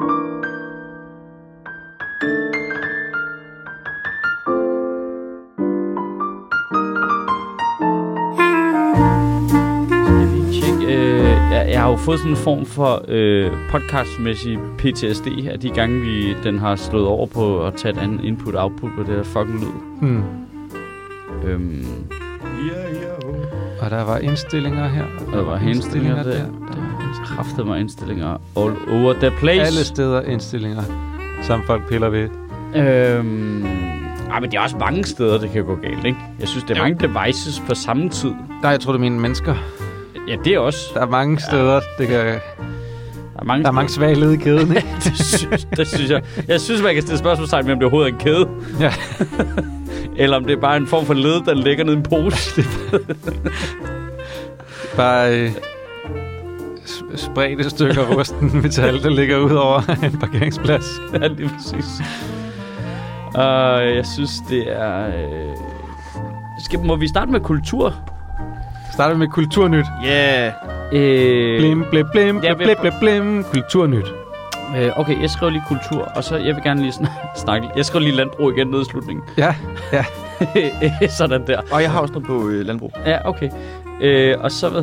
Jeg har jo fået sådan en form for podcastmæssig PTSD af de gange, den har slået over på at tage et andet input-output på det der fucking lyd. Og der var indstillinger her. Og der var indstillinger der. Der kræftede mig indstillinger all over the place. Alle steder indstillinger, som folk piller ved. Men det er også mange steder, det kan gå galt, ikke? Jeg synes, det er mange devices på samme tid. Nej, jeg tror, det er mine mennesker. Ja, det er også. Der er mange steder, det kan... Der er mange svage led i kæden, ikke? det synes jeg. Jeg synes, man kan stille spørgsmålstegn med, om det overhovedet er en kæde. Ja. Eller om det er bare en form for led, der ligger nede i en pose. Bare spredte stykker rusten metal, der ligger ud over en parkeringsplads. Ja, lige præcis. Jeg synes, det er... Må vi starte med kultur? Starter med kulturnyt. Yeah. Blim, blim, blim, blim, blim, blim, blim. Kulturnyt. Okay, jeg skriver lige kultur, og så jeg vil gerne lige snakke. Jeg skriver lige landbrug igen nede i slutningen. Ja. Sådan der. Og jeg har også noget på landbrug. Ja, okay. Og så,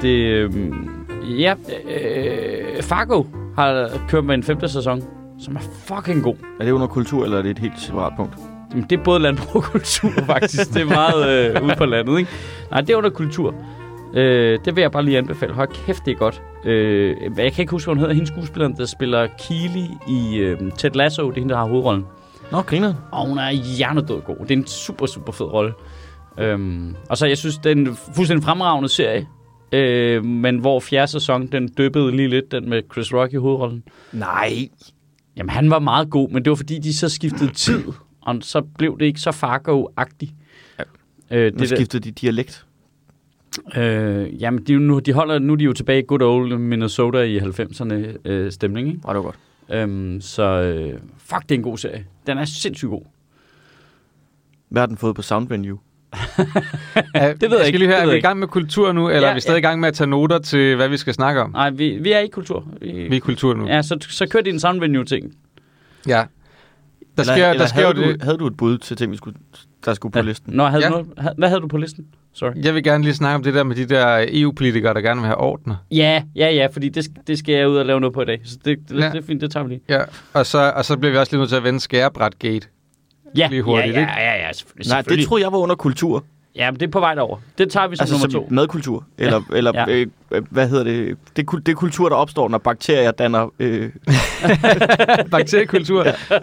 Fargo har kørt med en 5. sæson, som er fucking god. Er det under kultur, eller er det et helt separat punkt? Jamen, det er både landbrug og kultur, faktisk. Det er meget ude på landet, ikke? Nej, det er under kultur. Det vil jeg bare lige anbefale. Hold kæft, det er godt. Jeg kan ikke huske, hvad hun hedder. Hendes skuespilleren, der spiller Keely i Ted Lasso. Det er hende, der har hovedrollen. Nå, griner. Og hun er hjernedød god. Det er en super, super fed rolle. Og så, jeg synes, det er en fuldstændig fremragende serie. Men hvor 4. sæson, den dyppede lige lidt, den med Chris Rock i hovedrollen. Nej. Jamen, han var meget god, men det var fordi, de så skiftede tid. Og så blev det ikke så Fargo-agtigt. Ja. Nu skiftede de dialekt. Jamen, nu er de jo tilbage i good old Minnesota i 90'erne stemning, ikke? Ja, det var godt. Fuck, det er en god serie. Den er sindssygt god. Hvad har den fået på Soundvenue? Det ved jeg ikke. Lige høre, er vi i gang med kultur nu, eller er vi stadig i gang med at tage noter til, hvad vi skal snakke om? Nej, vi er i kultur. Vi er i kultur nu. Ja, så kør din Soundvenue-ting. Ja. Havde du et bud til ting, der skulle på listen? Nå, hvad havde du på listen? Sorry. Jeg vil gerne lige snakke om det der med de der EU-politikere, der gerne vil have ordner. Ja, fordi det skal jeg ud og lave noget på i dag. Så det er fint, det tager vi lige. Ja, og så bliver vi også lige nødt til at vende skærebræt-gate. Ja, lige hurtigt, ja, ikke? Ja, nej, det tror jeg var under kultur. Ja, men det er på vej derover. Det tager vi som nummer 2. Madkultur. Eller hvad hedder det? Det er kultur, der opstår, når bakterier danner... Bakteriekultur.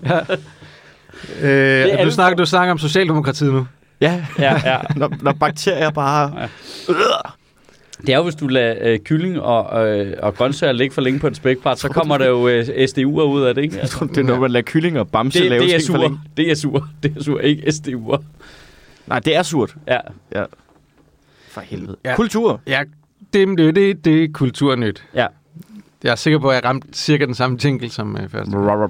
Ja. Du snakker om Socialdemokratiet nu. Ja. Når bakterier bare... Ja. Det er jo, hvis du lader kylling og grøntsager ligge for længe på en spækbræt, så kommer der jo SDU'er ud af det, ikke? Altså, det er når man lader kylling og bamse lave ting for længe. Det er sur, ikke SDU'er. Nej, det er surt. Ja. For helvede. Ja. Kultur. Ja, det er kulturnyt. Ja. Jeg er sikker på, at jeg ramte cirka den samme jingle som først.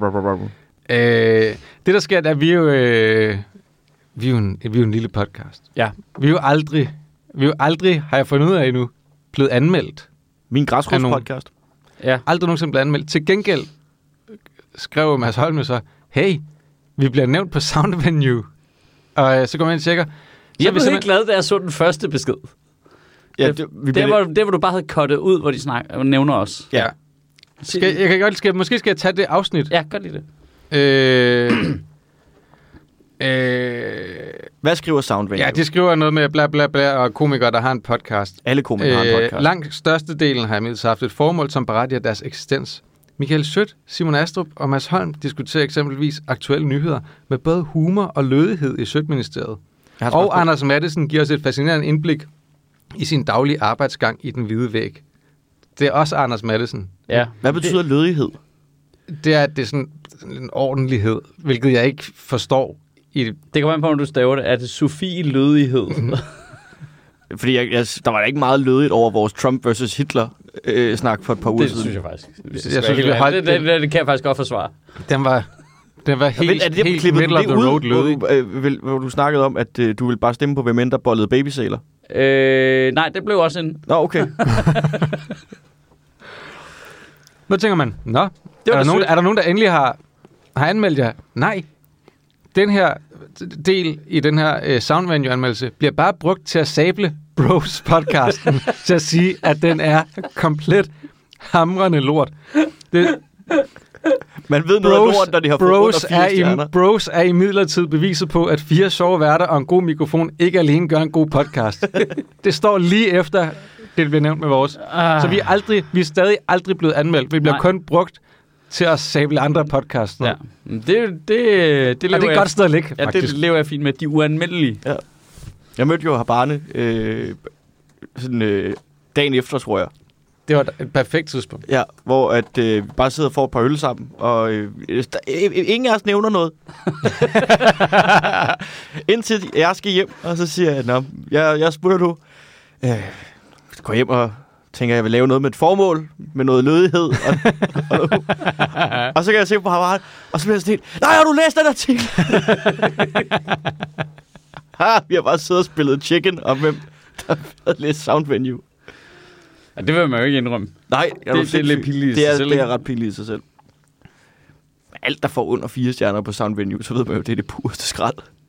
Det, der sker, er, at vi er jo en lille podcast. Ja. Vi er jo aldrig, har jeg fundet ud af endnu, blevet anmeldt. Min græsrodspodcast. Ja. Aldrig nogensinde blevet anmeldt. Til gengæld skrev Mads Holm så, hey, vi bliver nævnt på Soundvenue. Og så går man ind og tjekker. Jeg blev helt glad, da jeg så den første besked. Ja, det hvor du bare havde cuttet ud, hvor de nævner os. Ja. Måske skal jeg tage det afsnit. Ja, gør lige det. Hvad skriver Soundvenue? Ja, de skriver noget med bla bla bla, og komikere, der har en podcast. Alle komikere har en podcast. Langt størstedelen har imidlertid haft et formål, som berettiger deres eksistens. Michael Schødt, Simon Astrup og Mads Holm diskuterer eksempelvis aktuelle nyheder med både humor og lødighed i Schødt-ministeriet. Og Anders Matthesen giver os et fascinerende indblik i sin daglige arbejdsgang i den hvide væg. Det er også Anders Matthesen. Ja. Hvad betyder lødighed? Det er sådan en ordentlighed, hvilket jeg ikke forstår. Det kommer an på, når du staver det. Er det Sofie lødighed? Fordi der var da ikke meget lødigt over vores Trump versus Hitler snak for et par uger siden. Det synes jeg faktisk. Det kan jeg faktisk godt forsvare. Den var helt middle of the road lødig. Hvor du snakkede om, at du ville bare stemme på, hvem end der bollede babysæler. Nej, det blev også en... Nå, okay. Nu tænker man, Er der nogen, der endelig har anmeldt jer? Nej. Den her del i den her Soundvenue-anmeldelse bliver bare brugt til at sable Bros-podcasten, til at sige, at den er komplet hamrende lort. Man ved noget af lort, når de har fået under 4 stjerner. Bros er imidlertid beviset på, at 4 sjove værter og en god mikrofon ikke alene gør en god podcast. Det står lige efter, det bliver nævnt med vores. Så vi er stadig aldrig blevet anmeldt. Vi bliver kun brugt til at sable andre podcasts. Ja. Det lever og det er et godt sted at ligge, faktisk. Det lever jeg fint med. De uanmeldelige. Ja. Jeg mødte jo Habane dagen efter, tror jeg. Det var et perfekt tidspunkt. Ja, hvor at vi bare sidder og får et par øl sammen, og ingen af os nævner noget. Indtil jeg skal hjem, og så siger jeg, jeg spurgte du, gå hjem og tænker, jeg vil lave noget med et formål, med noget lødighed. Og så kan jeg se på Havard, og så bliver jeg sådan helt, nej, har du læst den artikel? Vi har bare siddet og spillet chicken om, hvem der har læst Soundvenue. Ja, det vil man jo ikke indrømme. Nej, det er lidt pinligt i sig selv. Det er ret pinligt i sig selv. Alt, der får under 4 stjerner på Soundvenue, så ved man jo, det er det pureste skrald.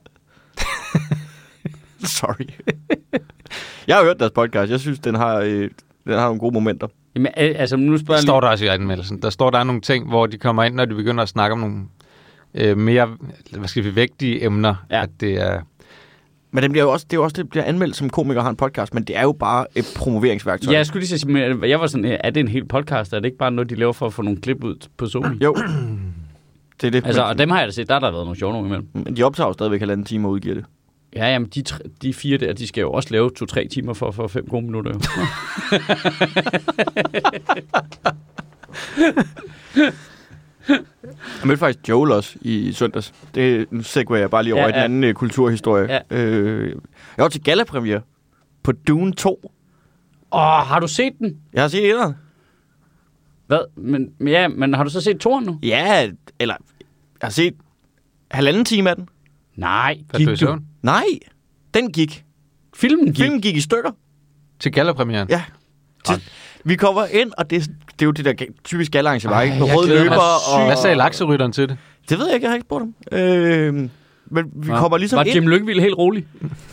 Sorry. Jeg har hørt deres podcast. Jeg synes, den har nogle gode momenter. Jamen, altså, nu spørger står der også i anmeldelsen. Der står, der er nogle ting, hvor de kommer ind, når de begynder at snakke om nogle mere, vægtige emner. Ja. At det er... Men det bliver anmeldt som komiker har en podcast, men det er jo bare et promoveringsværktøj. Ja, jeg skulle lige sige, jeg var sådan, er det en hel podcast? Er det ikke bare noget, de laver for at få nogle klip ud på Zoom? Jo. Det er det. Altså, og dem har jeg da set, der har været nogle sjove nogle imellem. Men de optager jo stadigvæk 1,5 time og udgiver det. Ja, jamen, de 4 der, de skal jo også lave 2-3 timer for at få 5 gode minutter. Jo. Jeg mødte faktisk Joel også i søndags. Nu segwayer jeg bare lige over i den anden kulturhistorie. Ja. Jeg var til gallapremiere på Dune 2. Har du set den? Jeg har set etteren. Hvad? Men har du så set toren nu? Ja, eller jeg har set 1,5 time af den. Nej, gik du? Nej, den gik. Filmen gik i stykker. Til gallapremieren? Ja. Vi kommer ind, og det er jo det der typisk gallarrangement, ikke? Med røde løber og... Hvad sagde lakserytteren til det? Det ved jeg ikke, jeg har ikke spurgt ham. Men vi kommer ligesom ind... Var Jim Lyngvild helt rolig?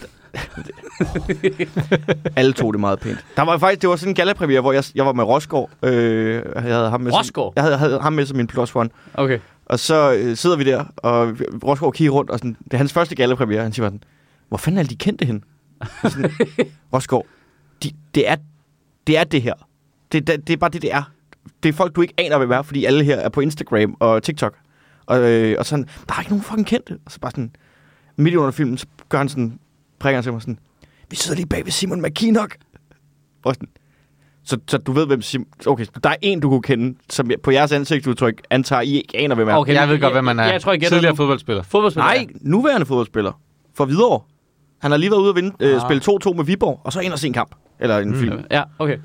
Alle tog det meget pænt. Det var sådan en gallapremiere, hvor jeg var med Rosgaard. Jeg havde ham med Rosgaard? Jeg havde ham med som min plus one. Okay. Og så sidder vi der, og Rosgaard kigger rundt, og sådan, det er hans første gallapremiere. Han siger sådan, hvor fanden er de kendte hende? Rosgaard, det er det her. Det er bare det er. Det er folk, du ikke aner, hvem er, fordi alle her er på Instagram og TikTok. Og sådan, der er ikke nogen fucking kendte. Og så bare sådan, midt under filmen, så gør han sådan, prikker han til mig sådan, vi sidder lige bag ved Simon McKinnock. Og sådan, så du ved, hvem Simon... Okay, der er en, du kunne kende, som på jeres ansigtsudtryk antager, I ikke aner, hvem er. Okay, jeg ved godt, hvem man er. Jeg tror, jeg tidligere fodboldspiller. Nej, nuværende fodboldspiller. For Hvidovre. Han har lige været ude at vinde, spille 2-2 med Viborg, og så ind og se en kamp. Eller en film. Ja, okay.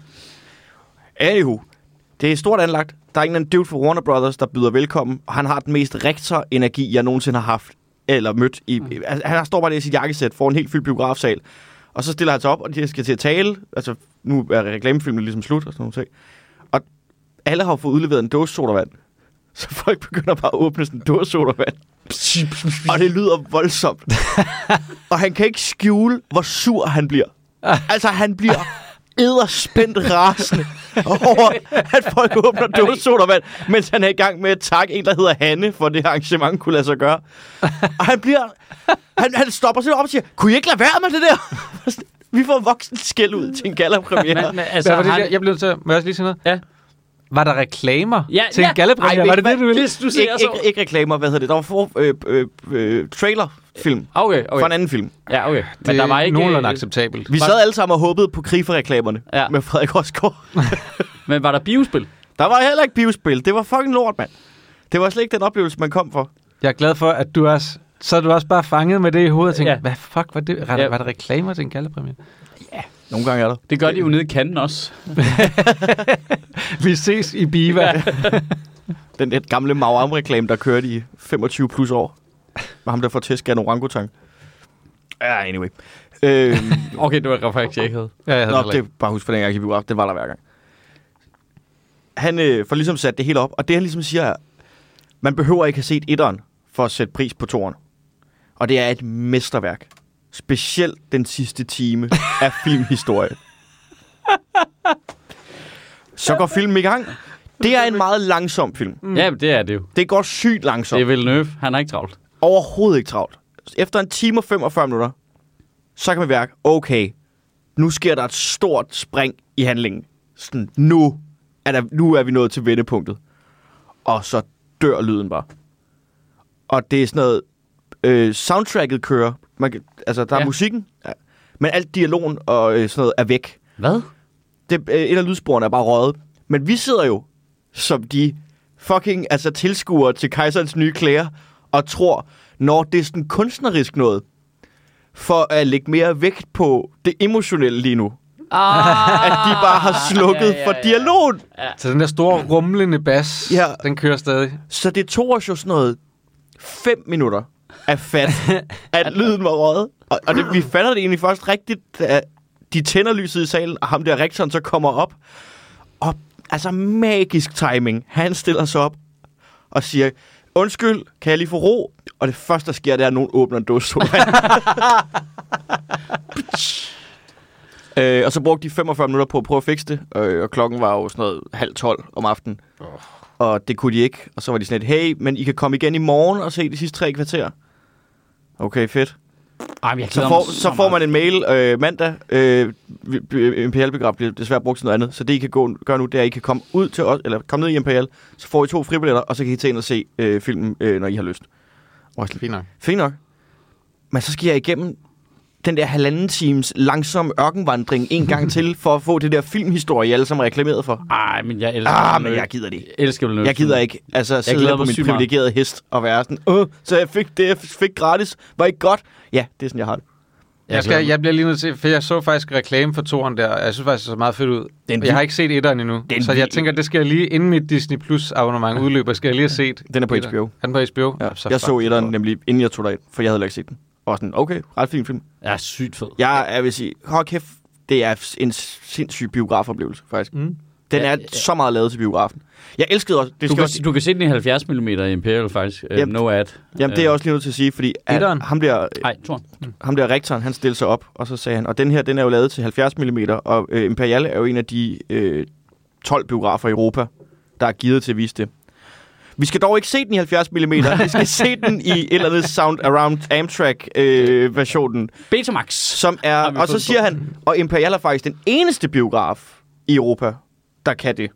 Anywho, det er stort anlagt. Der er en dude fra Warner Brothers, der byder velkommen, og han har den mest rektor-energi, jeg nogensinde har haft eller mødt. Han står bare der i sit jakkesæt for en helt fyldt biografsal, og så stiller han sig op, og de skal til at tale. Altså, nu er reklamefilmen ligesom slut, og sådan nogle ting. Og alle har fået udleveret en dåse sodavand. Så folk begynder bare at åbne sådan en dåse sodavand. Og det lyder voldsomt. Og han kan ikke skjule, hvor sur han bliver. Altså, han bliver edderspændt rasende over, at folk åbner dåsesodavand, mens han er i gang med at takke en, der hedder Hanne, for det arrangement kunne lade sig gøre. Og han stopper sig op og siger, kunne I ikke lade være med det der? Vi får voksen skæld ud til en gallapremiere. Jeg blev nødt til, må jeg også lige sige noget? Ja. Var der reklamer til en gallapremiere? Var det det, du ville? Ikke reklamer, hvad hedder det? Der var trailerfilm for en anden film. Ja, okay. Men der var ikke nogenlunde acceptabelt. Vi sad alle sammen og håbede på Krifa-reklamerne med Frederik Rosgaard. Men var der biospil? Der var heller ikke biospil. Det var fucking lort, mand. Det var slet ikke den oplevelse, man kom for. Jeg er glad for, at du også... Så er du også bare fanget med det i hovedet og tænkte, hvad fuck var det? Var der reklamer til en gallapremiere? Ja, nogle gange er der. Det gør de jo nede i Cannes også. Vi ses i Biva. Den gamle Mauam-reklame, der kørte i 25 plus år. Var ham, der får tæsk af en orangutang. Ja, anyway. Okay, det var faktisk, jeg ikke havde. Ja, jeg havde det bare husk for den gang, det var der hver gang. han får ligesom sat det hele op, og det han ligesom siger er, man behøver ikke have set etteren for at sætte pris på toeren. Og det er et mesterværk. Specielt den sidste time af filmhistorie. Så går filmen i gang. Det er en meget langsom film. Ja, det er det jo. Det går sygt langsomt. Det er Villeneuve. Han er ikke travlt. Overhovedet ikke travlt. Efter 1 time og 45 minutter, så kan man mærke, okay, nu sker der et stort spring i handlingen. Sådan, nu er vi nået til vendepunktet. Og så dør lyden bare. Og det er sådan noget, soundtracket kører. Der er musikken, men alt dialogen og sådan noget er væk. Hvad? Et af lydsporene er bare røget. Men vi sidder jo som de fucking tilskuere til Kejserens nye klæder og tror, når det er sådan kunstnerisk noget, for at lægge mere vægt på det emotionelle lige nu. At de bare har slukket for dialogen. Ja. Så den der store rumlende bas, den kører stadig. Så det tog os jo sådan noget 5 minutter af fat, at lyden var røget. Og vi fatter det egentlig først rigtigt, at de tænder lyset i salen, og ham der rektoren så kommer op. Og magisk timing. Han stiller sig op og siger, undskyld, kan jeg lige få ro? Og det første, der sker, det er, at nogen åbner en dåse sodavand. Og så brugte de 45 minutter på at prøve at fikse det. Og klokken var jo sådan noget 11:30 om aftenen. Og det kunne de ikke. Og så var de sådan lidt, hey, men I kan komme igen i morgen og se de sidste 3 kvarter. Okay, fedt. Så får man en mail mandag. Imperial-begrab bliver desværre brugt til noget andet. Så det, I kan gøre nu, det er, at I kan komme ud til os, eller komme ned i Imperial, så får I 2 fribilletter, og så kan I tage ind og se filmen, når I har lyst. Fint nok. Men så skal jeg igennem den der 1,5 times langsom ørkenvandring en gang til, for at få det der filmhistorie, I alle sammen reklameret for. Ej, men jeg elsker men jeg gider det. Jeg gider ikke. Sidde på min privilegerede hest og være sådan, så jeg fik det, jeg fik gratis. Var ikke godt? Ja, det er sådan, jeg har det. Jeg bliver lige nødt til, for jeg så faktisk reklame for toren der, og jeg synes faktisk, det så meget fedt ud. Jeg har ikke set etteren endnu, så jeg tænker, det skal jeg lige, inden mit Disney Plus abonnement udløber, skal jeg lige have set. Den er på HBO. Er den på HBO? Ja. Jeg så etteren nemlig, inden jeg tog derind, for jeg havde ikke set den. Og sådan, okay, ret fin film. Ja, sygt fed. Jeg vil sige, hold kæft, det er en sindssyg biografoplevelse, faktisk. Den er så meget lavet til biografen. Jeg elskede også... Du kan se den i 70 mm i Imperial, faktisk. No ad. Jamen, det er jeg også lige nødt til at sige, fordi ham der rektoren, han stillede sig op, og så sagde han, og den her, den er jo lavet til 70 mm, og Imperial er jo en af de 12 biografer i Europa, der er givet til at vise det. Vi skal dog ikke se den i 70 mm. Vi skal se den i et eller andet Sound Around Amtrak-versionen. Betamax. Som er, og så siger han, og Imperial er faktisk den eneste biograf i Europa, der kan det.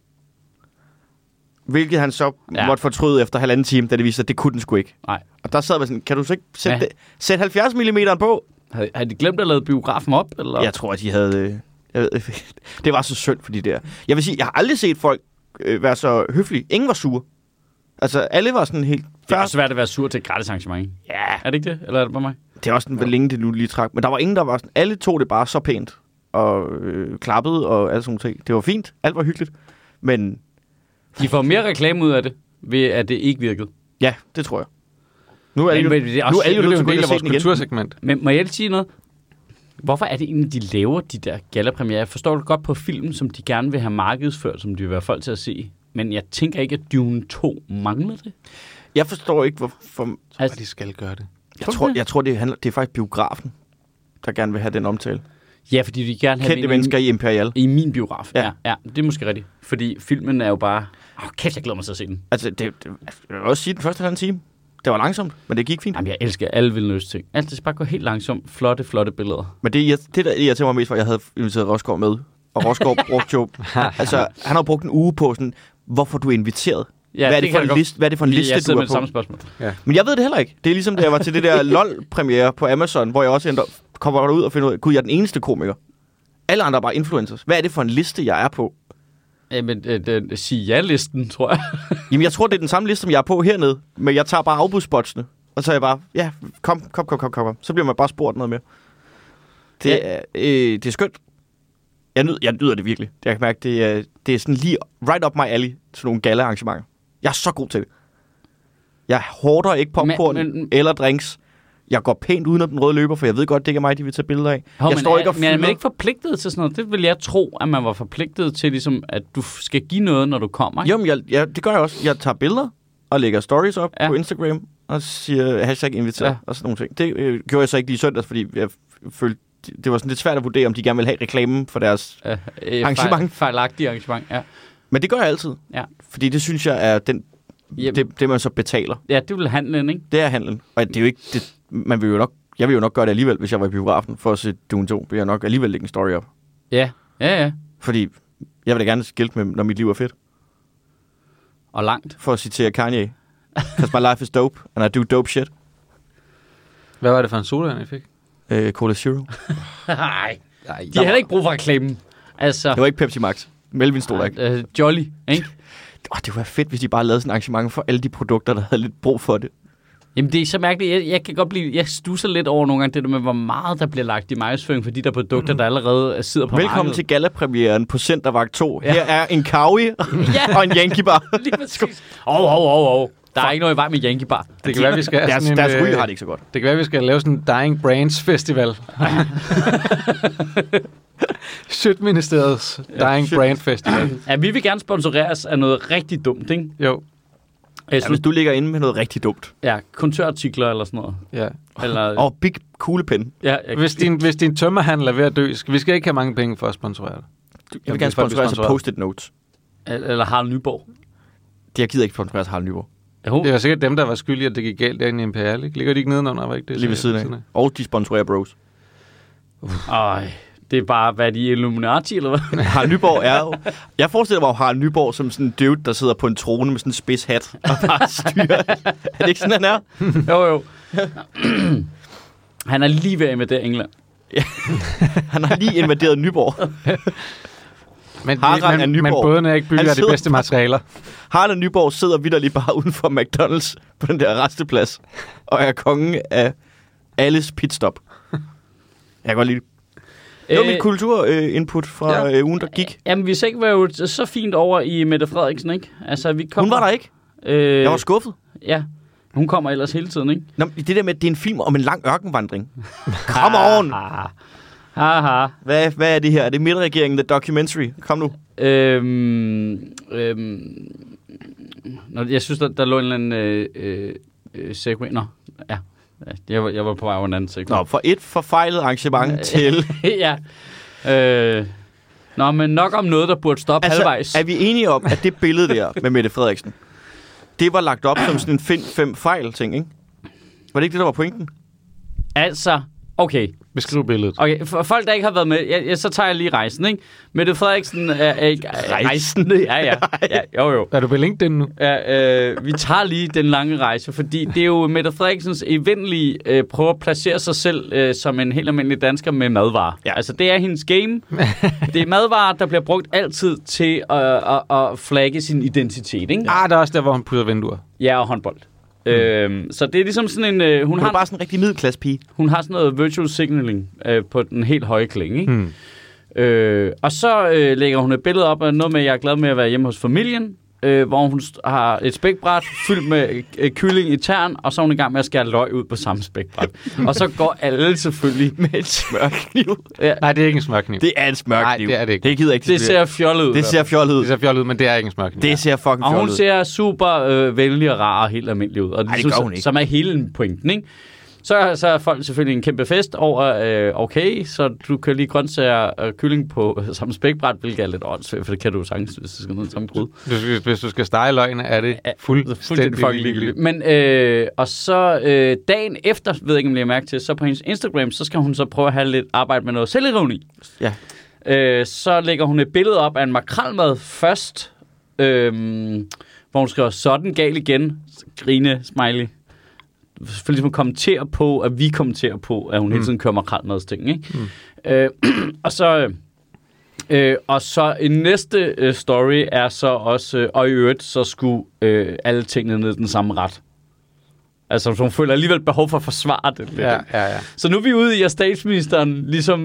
Hvilket han så måtte fortryde efter 1,5 time, da det viste sig, at det kunne den sgu ikke. Nej. Og der sad man sådan, kan du så ikke sætte 70 mm på? Havde de glemt at lade biografen op? Eller? Jeg tror, at de havde... det var så synd for de der. Jeg vil sige, jeg har aldrig set folk være så høflige. Ingen var sure. Altså, alle var sådan helt... Det er også svært at være sur til et gratis arrangement. Ja. Er det ikke det? Eller er det bare mig? Det er også hvor længe det nu lige trak. Men der var ingen, der var sådan... Alle tog det bare så pænt. Og klappede og alt sådan ting. Det var fint. Alt var hyggeligt. Men... De får mere reklame ud af det, ved at det ikke virkede. Ja, det tror jeg. Nu er det jo en del af vores kultursegment. Men må jeg sige noget? Hvorfor er det egentlig, de laver de der gallapremierer? Jeg forstår det godt på film, som de gerne vil have markedsført, som de vil være folk til at se. Men jeg tænker ikke, at Dune 2 mangler det. Jeg forstår ikke, hvorfor... Altså, de skal gøre det. Jeg tror det er faktisk biografen, der gerne vil have den omtale. Ja, fordi de gerne vil have kendte mennesker i Imperial. I min biograf, ja. Det er måske rigtigt. Fordi filmen er jo bare... kæft, jeg glæder mig til at se den. Altså, jeg vil også sige, den første 1,5 time. Det var langsomt, men det gik fint. Jamen, jeg elsker alle Villeneuves ting. Alt det skal bare gå helt langsomt. Flotte billeder. Men det der irriterer mig mest, for jeg havde inviteret Rosgaard med. Og Rosgaard brugte jo... altså, han har brugt en uge på sådan... Hvorfor du er inviteret? Ja, hvad er det for en liste, jeg du er med på? samme spørgsmål. Ja. Men jeg ved det heller ikke. Det er ligesom, da jeg var til det der LOL-premiere på Amazon, hvor jeg også kommer ud og finder ud af, gud, jeg er den eneste komiker. Alle andre er bare influencers. Hvad er det for en liste, jeg er på? Jamen, sig ja-listen, tror jeg. Jamen, jeg tror, det er den samme liste, som jeg er på hernede. Men jeg tager bare afbudspotsene. Og så er jeg bare, ja, kom. Så bliver man bare spurgt noget mere. Det er skønt. Jeg nyder det virkelig. Jeg kan mærke, det er sådan lige right up my alley til nogle gala-arrangementer. Jeg er så god til det. Jeg hårder ikke popcorn eller drinks. Jeg går pænt uden den røde løber, for jeg ved godt, det ikke er mig, de vil tage billeder af. Jeg står ikke og men er man ikke forpligtet til sådan noget? Det vil jeg tro, at man var forpligtet til, ligesom, at du skal give noget, når du kommer. Jo, men det gør jeg også. Jeg tager billeder og lægger stories op på Instagram og siger #inviter og sådan nogle ting. Det gjorde jeg så ikke lige i søndags, fordi jeg følte, det var sådan lidt svært at vurdere, om de gerne vil have reklamen for deres arrangement. Fejlagtige arrangement, ja. Men det gør jeg altid. Ja. Fordi det synes jeg er det man så betaler. Ja, det vil handlen, ikke? Det er handlen. Og det er jo ikke... jeg vil jo nok gøre det alligevel, hvis jeg var i biografen for at se Dune 2. Vil jeg nok alligevel lægge en story op. Ja. Fordi jeg vil da gerne skilte med, når mit liv er fedt. Og langt. For at citere Kanye. 'Cause my life is dope, and I do dope shit. Hvad var det for en sodavand, I fik? Cola Zero. Nej. De har heller ikke brug for reklamen. Altså, det var ikke Pepsi Max. Melvin stod der ikke. Jolly, ikke? Det var fedt, hvis de bare lavede sådan et arrangement for alle de produkter, der havde lidt brug for det. Jamen, det er så mærkeligt. Jeg kan godt jeg stusser lidt over nogle gange det der med, hvor meget der bliver lagt i markedsføring for de der produkter, der allerede sidder på Velkommen markedet. Til Gala-premieren på Centervagt 2. Ja. Her er en Kawi og en Yankee Bar. Lige præcis. Der er ikke noget i vej med Yankee Bar. Det kan være, vi skal deres ryg har det ikke så godt. Det kan være, vi skal lave sådan en Dying Brands Festival. Sjøtministeriets Dying Brand Festival. Ja, vi vil gerne sponsoreres af noget rigtig dumt, ikke? Jo. Hvis du ligger inde med noget rigtig dumt. Ja, kontørartikler eller sådan noget. Ja. Eller... Big kuglepen. Ja, hvis din tømmerhandel er ved at dø, vi skal ikke have mange penge for at sponsorere det. Jeg vil gerne sponsoreres af Post-it Notes. Eller Harald Nyborg. Jeg gider ikke sponsoreres af Harald Nyborg. Det var sikkert dem, der var skyldige, at det gik galt derinde i Imperial, ikke? Ligger de ikke nedenunder, var ikke det? Lige ved siden af. Og de sponsorerer Bros. Det er bare, hvad de er, Illuminati, eller hvad? Harald Nyborg er jo... Jeg forestiller mig Harald Nyborg som sådan en dude, der sidder på en trone med sådan en spids hat og bare styrer. Er det ikke sådan, han er? Jo. Han er lige ved at invadere England. Ja. Han har lige invaderet Nyborg. Men båden er ikke bygget af de bedste materialer. Harald Nyborg sidder vitterligt bare uden for McDonald's på den der resteplads og er kongen af alles pitstop. Jeg kan godt lide det. Det var mit kulturinput fra ugen, der gik. Jamen, vi var jo så fint over i Mette Frederiksen, ikke? Altså, vi kommer... Hun var der ikke. Jeg var skuffet. Ja, hun kommer ellers hele tiden, ikke? Nå, det der med, at det er en film om en lang ørkenvandring. Come on! Haha. Hvad er det her? Er det Midtregeringen, The Documentary? Kom nu. Jeg synes, der lå en eller anden segway. Nå, ja. Jeg var på vej over en anden segway. Nå, for et forfejlet arrangement til... Ja. Men nok om noget, der burde stoppe halvvejs. Er vi enige om, at det billede der med Mette Frederiksen, det var lagt op som sådan en find 5 fejl ting, ikke? Var det ikke det, der var pointen? Altså, okay. Beskriv billedet. Okay, for folk, der ikke har været med, så tager jeg lige rejsen, ikke? Mette Frederiksen er ikke... Rejsen? Ja. Jo. Er du på LinkedIn nu? Ja, vi tager lige den lange rejse, fordi det er jo Mette Frederiksens eventlige prøve at placere sig selv som en helt almindelig dansker med madvarer. Ja. Altså, det er hendes game. Det er madvarer, der bliver brugt altid til at flagge sin identitet, ikke? Ja. Der er også der, hvor hun putter vinduer. Ja, og håndbold. Så det er ligesom sådan en... Hun har bare sådan en rigtig middelklasse pige. Hun har sådan noget virtual signaling på den helt høje klinge, ikke? Og så lægger hun et billede op af noget med, at jeg er glad med at være hjemme hos familien, hvor hun har et spækbræt fyldt med kylling i tern, og så er hun i gang med at skære løg ud på samme spækbræt. Og så går alle selvfølgelig med et smørkniv. Ja. Nej, det er ikke en smørkniv. Det er en smørkniv. Nej, det er det ikke. Det gider ikke. Det ser fjollet ud. Det ser fjollet ud, men det er ikke en smørkniv. Det ser fucking fjollet ud. Og hun ser super venlig og rar og helt almindelig ud. Og det gør hun ikke. Som er hele pointen, ikke? Så er folk selvfølgelig en kæmpe fest over, okay, så du kan lige grøntsager og kylling på samme spækbræt, hvilket er lidt åndssvagt, for det kan du sagtens, hvis du skal ned samme grud. Hvis du skal stege løgene, er det fuldstændig ligegyldigt. Men, og så dagen efter, ved jeg ikke, om jeg mærke til, så på hendes Instagram, så skal hun så prøve at have lidt arbejde med noget selvironi. Ja. Så lægger hun et billede op af en makrelmad først, hvor hun skriver, sådan gal igen, grine, smiley. For ligesom kommentere på, at vi kommenterer på, at hun hele tiden kører makrelmadsting, ikke? Og så en næste story er så også, og i øvrigt, så skulle alle tingene ned den samme ret. Altså, så hun føler alligevel behov for at forsvare det. Ja. Så nu er vi ude i, at statsministeren ligesom,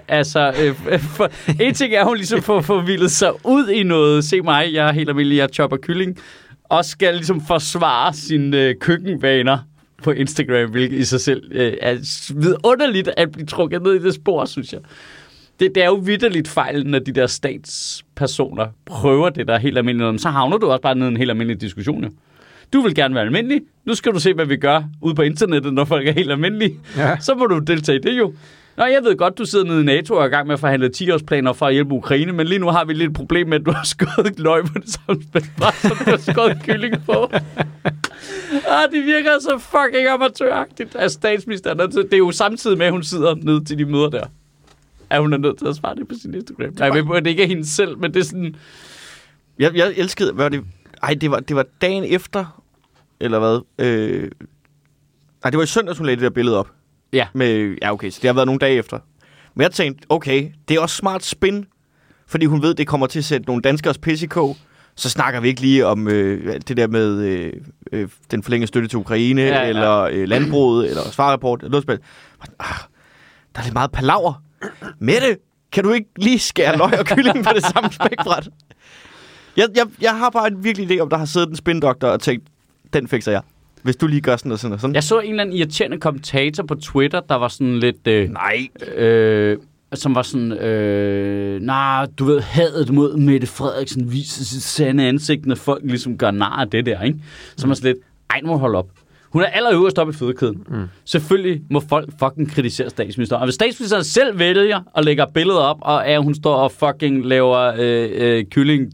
en ting er, hun ligesom får forvildet sig ud i noget. Se mig, jeg er helt almindelig, jeg chopper kylling. Og skal ligesom forsvare sine køkkenvaner på Instagram, hvilket i sig selv er vidunderligt at blive trukket ned i det spor, synes jeg. Det er jo vitterligt fejl, når de der statspersoner prøver det, der er helt almindeligt. Så havner du også bare ned i en helt almindelig diskussion, jo. Du vil gerne være almindelig. Nu skal du se, hvad vi gør ude på internettet, når folk er helt almindelige. Ja. Så må du deltage i det jo. Nå, jeg ved godt, du sidder nede i NATO og er i gang med at forhandle 10-årsplaner for at hjælpe Ukraine, men lige nu har vi lidt problem med, at du har skåret løg på det samme spændbræt, som du har skåret kylling på. Det virker så fucking amatøragtigt af statsministeren. Det er jo samtidig med, at hun sidder nede til de møder der. At hun er nødt til at svare det på sin Instagram. Jeg ved på, at det ikke er hende selv, men det er sådan... Jeg elskede... det var dagen efter, eller hvad? Det var i søndags, hun lagde det der billede op. Ja. Okay, så det har været nogle dage efter. Men jeg tænkte, okay, det er også smart spin, fordi hun ved, det kommer til at sætte nogle danskers pis i kog. Så snakker vi ikke lige om det der med den forlængede støtte til Ukraine, eller landbruget, eller svarrapport, eller noget. Der er lidt meget palaver. Mette, kan du ikke lige skære løg og kylling på det samme spækbræt? Jeg har bare en virkelig idé om, der har siddet en spindoktor og tænkt, den fikser jeg. Hvis du lige gør sådan og sådan og sådan. Jeg så en eller anden irriterende kommentator på Twitter, der var sådan lidt... som var sådan... du ved, hadet mod Mette Frederiksen viser sit sande ansigt, når folk ligesom gør nar af det der, ikke? Så man sådan lidt... Nu må holde op. Hun er allerøverst oppe i fødekæden. Selvfølgelig må folk fucking kritisere statsministeren. Og hvis statsministeren selv vælger og lægger billeder op, og hun står og fucking laver kylling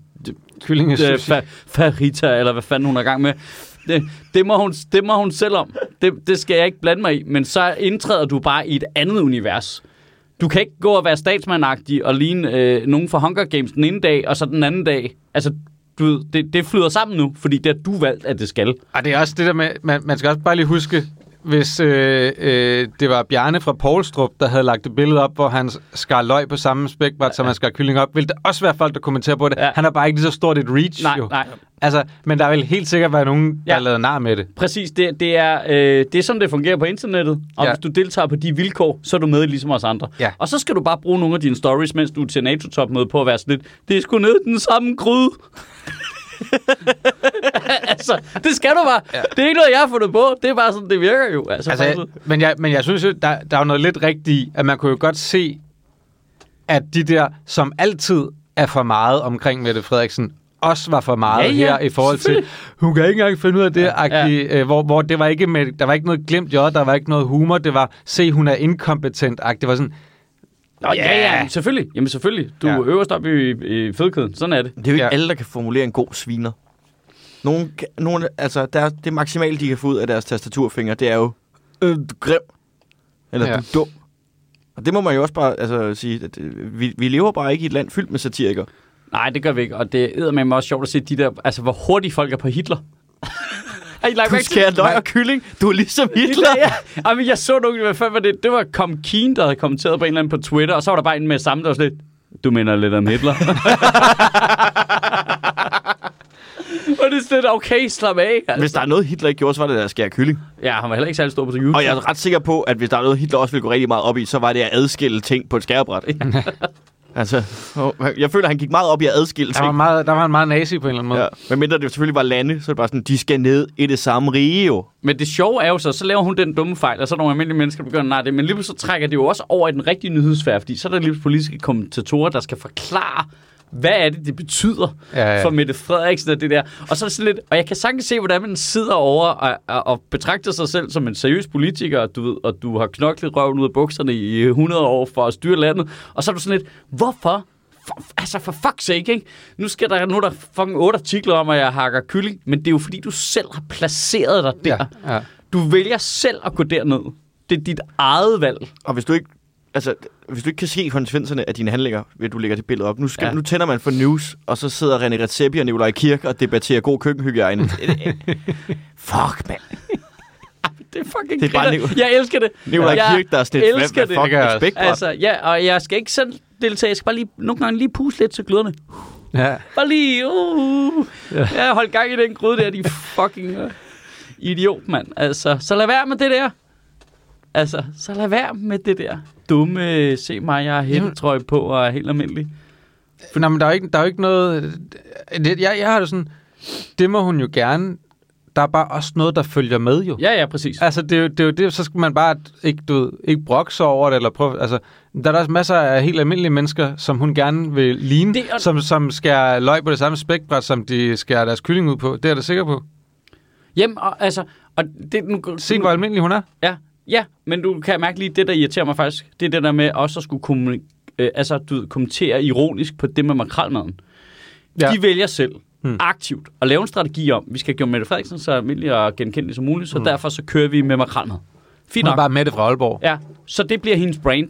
farita, eller hvad fanden hun er i gang med. Det må hun selv om. Det skal jeg ikke blande mig i. Men så indtræder du bare i et andet univers. Du kan ikke gå og være statsmandagtig og ligne nogen fra Hunger Games den ene dag, og så den anden dag. Altså, det flyder sammen nu, fordi det har du valgt, at det skal. Og det er også det der med, man skal også bare lige huske, hvis det var Bjarne fra Poulstrup, der havde lagt et billede op, hvor han skar løg på samme spækbræt, som han skar kylling op, ville det også være folk, der kommenterer på det. Ja. Han har bare ikke lige så stort et reach, jo. Nej. Altså, men der vil helt sikkert være nogen, der laver nar med det. Præcis, det er sådan, det fungerer på internettet. Og hvis du deltager på de vilkår, så er du med ligesom os andre. Ja. Og så skal du bare bruge nogle af dine stories, mens du er til NATO-topmøde på at være sådan lidt, det er sgu ned den samme gryde. Altså, det skal du bare. Ja. Det er ikke noget, jeg har fundet på. Det er bare sådan, det virker jo. Men jeg synes jo, der er jo noget lidt rigtigt i, at man kunne jo godt se, at de der, som altid er for meget omkring Mette Frederiksen, også var for meget her i forhold til, hun kan ikke engang finde ud af det, hvor det var ikke med, der var ikke noget glemt der var ikke noget humor, det var, se, hun er inkompetent, det var sådan, selvfølgelig. Jamen selvfølgelig. Du er øverst op i fødekæden. Sådan er det. Det er jo ikke alle, der kan formulere en god sviner. Nogle altså, det maksimale, de kan få ud af deres tastaturfingre, det er jo grim. Eller du dum. Og det må man jo også bare sige, at vi lever bare ikke i et land fyldt med satirikere. Nej, det gør vi ikke. Og det er med mig også sjovt at se de der, altså hvor hurtigt folk er på Hitler. Du skærer løg og kylling. Du er ligesom Hitler. Men jeg så nogle, hvad fanden var det? Det var Com Keen, der havde kommenteret på en eller anden på Twitter, og så var der bare en med samme, der var sådan lidt, du minder lidt om Hitler. Og det er sådan, okay, slap af. Altså. Hvis der er noget, Hitler ikke gjorde, så var det der at skære kylling. Ja, han var heller ikke særlig stor på sin YouTube. Og jeg er ret sikker på, at hvis der er noget, Hitler også ville gå rigtig meget op i, så var det at adskille ting på et skærebræt. Altså, jeg føler, at han gik meget op i at adskille ting. Der var en meget nazi på en eller anden måde. Ja. Men mindre det selvfølgelig var lande, så er det bare sådan, de skal ned i det samme rige jo. Men det sjove er jo så laver hun den dumme fejl, og så er nogle almindelige mennesker, der begynder det. Men lige så trækker det jo også over i den rigtige nyhedssfære, fordi så er der lige politiske kommentatorer, der skal forklare, hvad er det betyder for Mette Frederiksen og det der. Og så er det sådan lidt, og jeg kan sagtens se, hvordan man sidder over og betragter sig selv som en seriøs politiker, du ved, og du har knoklet røven ud af bukserne i 100 år for at styre landet. Og så er du sådan lidt, hvorfor? For fuck's sake, ikke? Nu er der fucking 8 artikler om, at jeg hakker kylling, men det er jo fordi, du selv har placeret dig der. Ja. Du vælger selv at gå derned. Det er dit eget valg. Og hvis du ikke kan se konsekvenserne af dine handlinger, ved du lægger det billede op. Nu tænder man for news, og så sidder René Redzepi og Nikolaj Kirk og debatterer god køkkenhygiejne. Fuck, mand. Det er fucking det jeg elsker det. Nikolaj Kirk, der er sådan et fucking respektbræt. Altså, og jeg skal ikke selv deltage. Jeg skal bare nogle gange lige puste lidt til gløderne. Ja. Bare lige, Jeg holdt gang i den gryde der, de fucking idiot, mand. Altså, så lad være med det der. Altså, så lad være med det der dumme, se mig, jeg har hættetrøje på og er helt almindelig. For, men der er jo ikke noget... Jeg har det sådan, det må hun jo gerne der er bare også noget, der følger med jo. Ja, præcis. Altså, det er jo det, så skal man bare ikke brokke sig over det, eller prøve, altså, der er også masser af helt almindelige mennesker, som hun gerne vil ligne, som skærer løg på det samme spækbræt, som de skærer deres kylling ud på. Det er jeg da sikker på. Jamen, og det nu... Se, hvor almindelig hun er. Ja, men du kan mærke lige, det der irriterer mig faktisk, det er det der med også at skulle kommentere ironisk på det med makrelmaden. Ja. De vælger selv aktivt at lave en strategi om, vi skal gøre Mette Frederiksen så almindelig og genkendelig som muligt, så derfor så kører vi med makrelmad. Fint nok. Hun er bare Mette fra Aalborg. Ja, så det bliver hendes brand.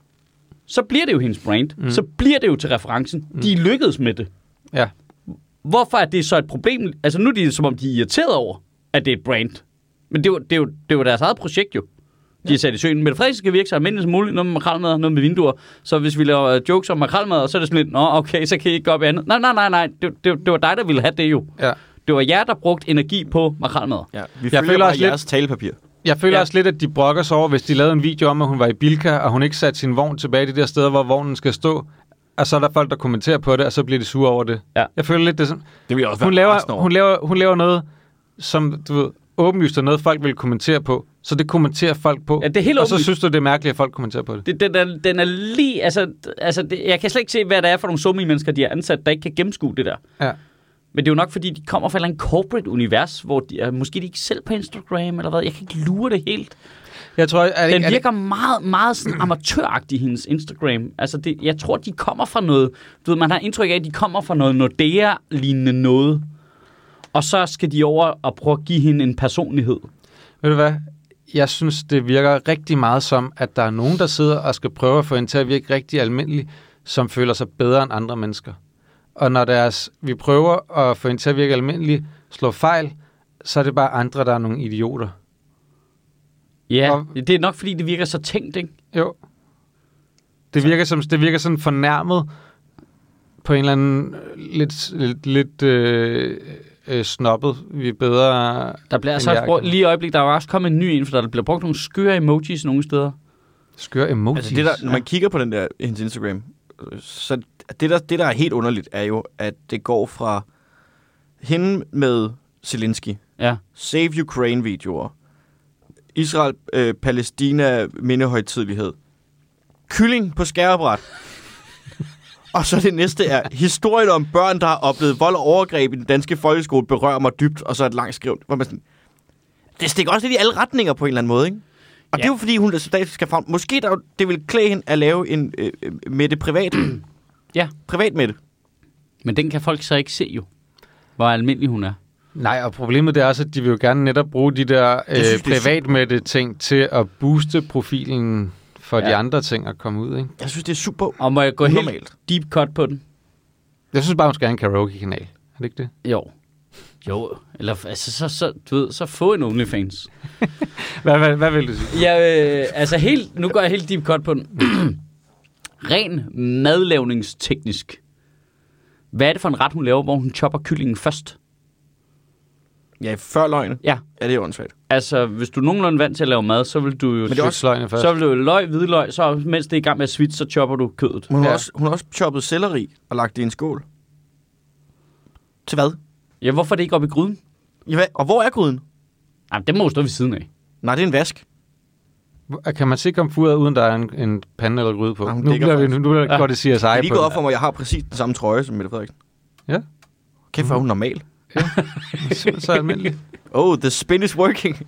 Så bliver det jo hendes brand. Så bliver det jo til referencen. De lykkedes med det. Ja. Hvorfor er det så et problem? Altså nu er det som om, de er irriteret over, at det er et brand. Men det er jo deres eget projekt jo. De har sat i søen. Mette Frederiksen skal virke så almindeligt som muligt. Noget med makrelmad, noget med vinduer. Så hvis vi laver jokes om makrelmad, så er det sådan lidt, nå okay, så kan I ikke gå op i andet. Nej. Det var dig, der ville have det jo. Ja. Det var jer, der brugte energi på makrelmad. Ja. Vi følger også jeres talepapir. Jeg føler også lidt, at de brokker sig over, hvis de lavede en video om, at hun var i Bilka, og hun ikke satte sin vogn tilbage i de der steder, hvor vognen skal stå. Og så er der folk, der kommenterer på det, og så bliver de sure over det. Ja. Jeg føler lidt, det sådan. Det vil også være hun laver noget, som du ved, åbenlyst er noget, folk vil kommentere på. Så det kommenterer folk på. Ja, det er helt og så synes du, det er mærkeligt, at folk kommenterer på det. Den er lige... jeg kan slet ikke se, hvad det er for nogle summe mennesker, de har ansat, der ikke kan gennemskue det der. Ja. Men det er jo nok, fordi de kommer fra et eller andet corporate univers, hvor de måske de ikke selv på Instagram, eller hvad. Jeg kan ikke lure det helt. Jeg tror, den virker meget, meget sådan amatøragtig, hendes Instagram. Altså, jeg tror, de kommer fra noget... Du ved, man har indtryk af, at de kommer fra noget Nordea-lignende noget. Og så skal de over og prøve at give hende en personlighed. Ved du hvad? Jeg synes, det virker rigtig meget som, at der er nogen, der sidder og skal prøve at få hende til at virke rigtig almindelig, som føler sig bedre end andre mennesker. Og når vi prøver at få hende til at virke almindelig, slå fejl, så er det bare andre, der er nogle idioter. Ja, det er nok, fordi det virker så tænkt, ikke? Jo. Det virker sådan fornærmet på en eller anden lidt snobbet. Vi er bedre... Der bliver altså lige i øjeblik, der er også kommet en ny en, for der bliver brugt nogle skøre emojis nogle steder. Skøre emojis? Altså det der, når man kigger på den der hendes Instagram, så det der er helt underligt, er jo, at det går fra hende med Zelensky, Save Ukraine-videoer, Israel-Palæstina mindehøjtidelighed, kylling på skærebræt, og så det næste er historien om børn, der har oplevet vold og overgreb i den danske folkeskole, berører mig dybt, og så et langt skriv, hvor man sådan, det stikker også lidt i alle retninger på en eller anden måde, ikke? Og det er jo fordi, hun skal frem. Måske det vil klæde hende at lave en Mette privat. Ja. Privat Mette. Men den kan folk så ikke se jo, hvor almindelig hun er. Nej, og problemet er også, at de vil jo gerne netop bruge de der privat Mette ting til at booste profilen for de andre ting at komme ud, ikke? Jeg synes, det er super. Og må jeg gå helt deep cut på den? Jeg synes bare, hun skal have en karaoke-kanal. Er det ikke det? Jo, eller altså, du ved, så få en OnlyFans. Hvad vil du sige? Ja, nu går jeg helt deep cut på den. Ren madlavningsteknisk. Hvad er det for en ret, hun laver, hvor hun chopper kyllingen først? Ja, før løgene? Ja. Ja, det er åndssvagt. Altså, hvis du er nogenlunde vant til at lave mad, så vil du jo... Så vil du løg, hvidløg, så mens det er i gang med at svitse, så chopper du kødet. Men hun har også choppet selleri og lagt det i en skål. Til hvad? Ja, hvorfor er det ikke oppe i gryden? Ja, og hvor er gryden? Jamen, det må jo stå ved siden af. Nej, det er en vask. Kan man se komfuret, uden der er en pande eller gryde på? Nu går det CSI på. Det er lige gået op for mig, jeg har præcis den samme trøje som Mette Frederiksen. Ja. Kæft, hvor er hun normal. Ja, så almindelig. Oh, the spin is working.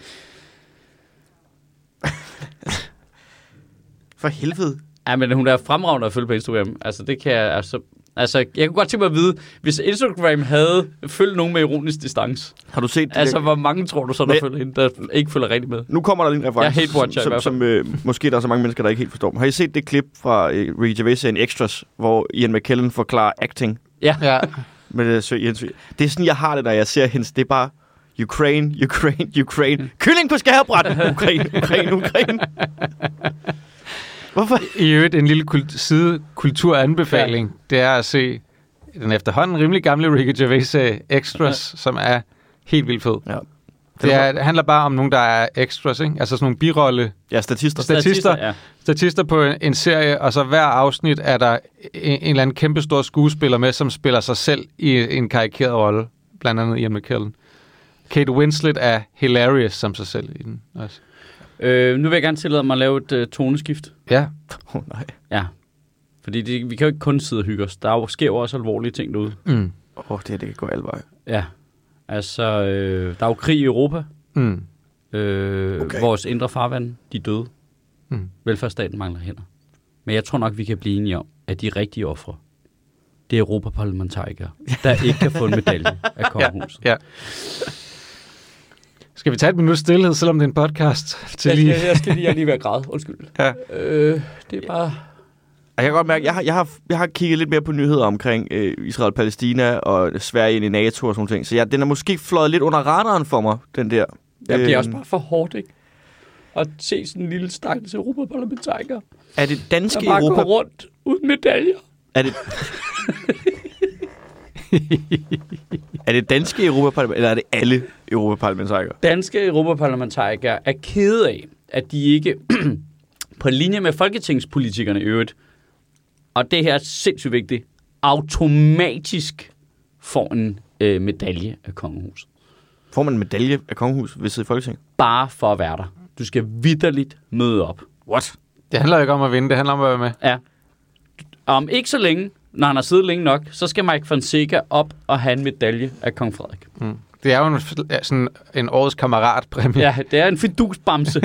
For helvede. Ja, men hun er fremragende at følge på Instagram. Altså, det kan jeg... Altså, jeg kunne godt tænke mig at vide, hvis Instagram havde følgt nogen med ironisk distance. Har du set det? Altså, hvor mange tror du så, der følger hende, der ikke følger rigtig med? Nu kommer der en reference, som måske der er så mange mennesker, der ikke helt forstår. Har I set det klip fra Ricky Gervais' Extras, hvor Ian McKellen forklarer acting? Ja. Men det er sådan, jeg har det, når jeg ser hendes. Det er bare Ukraine. Kylling på skærebræt! Ukraine. Hvorfor? I øvrigt en lille kulturanbefaling, det er at se den efterhånden rimelig gamle Ricky Gervais Extras, som er helt vildt fed. Ja. Det handler bare om nogen, der er extras, ikke? Altså sådan nogle birolle... Ja, statister på en serie, og så hver afsnit er der en eller anden kæmpestor skuespiller med, som spiller sig selv i en karikeret rolle. Blandt andet Ian McKellen. Kate Winslet er hilarious som sig selv i den også. Nu vil jeg gerne tillade mig at lave et toneskift. Ja. Nej. Ja. Fordi vi kan jo ikke kun sidde og hygge os. Der sker jo også alvorlige ting derude. Det kan gå alle veje. Ja. Altså, der er jo krig i Europa. Vores indre farvand, de er døde. Velfærdsstaten mangler hænder. Men jeg tror nok, vi kan blive enige om, at de rigtige ofre, det er europaparlamentarikere, der ikke kan få en medalje af kongehuset. Ja. Skal vi tage et minut stillhed, selvom det er en podcast? Jeg skal lige være græd. Undskyld. Ja. Det er bare... Jeg kan godt mærke, jeg har kigget lidt mere på nyheder omkring Israel-Palæstina og Sverige ind i NATO og sådan ting. Så den er måske fløjet lidt under radaren for mig, den der. Det er også bare for hårdt, ikke? At se sådan en lille stakkels europaparlamentariker. Er det danske der bare går rundt uden medaljer. Er det danske europaparlamentarikere, eller er det alle europaparlamentarikere? Danske europaparlamentarikere er kede af, at de ikke på linje med folketingspolitikerne i øvrigt, og det her er sindssygt vigtigt, automatisk får en medalje af kongehuset. Får man en medalje af kongehuset ved sidde i Folketinget? Bare for at være der. Du skal vitterligt møde op. What? Det handler ikke om at vinde, det handler om at være med. Ja. Om ikke så længe, når han har siddet længe nok, så skal Mike Fonseca op og have en medalje af kong Frederik. Det er jo sådan en årets kammeratpræmie. Ja, det er en fidusbamse.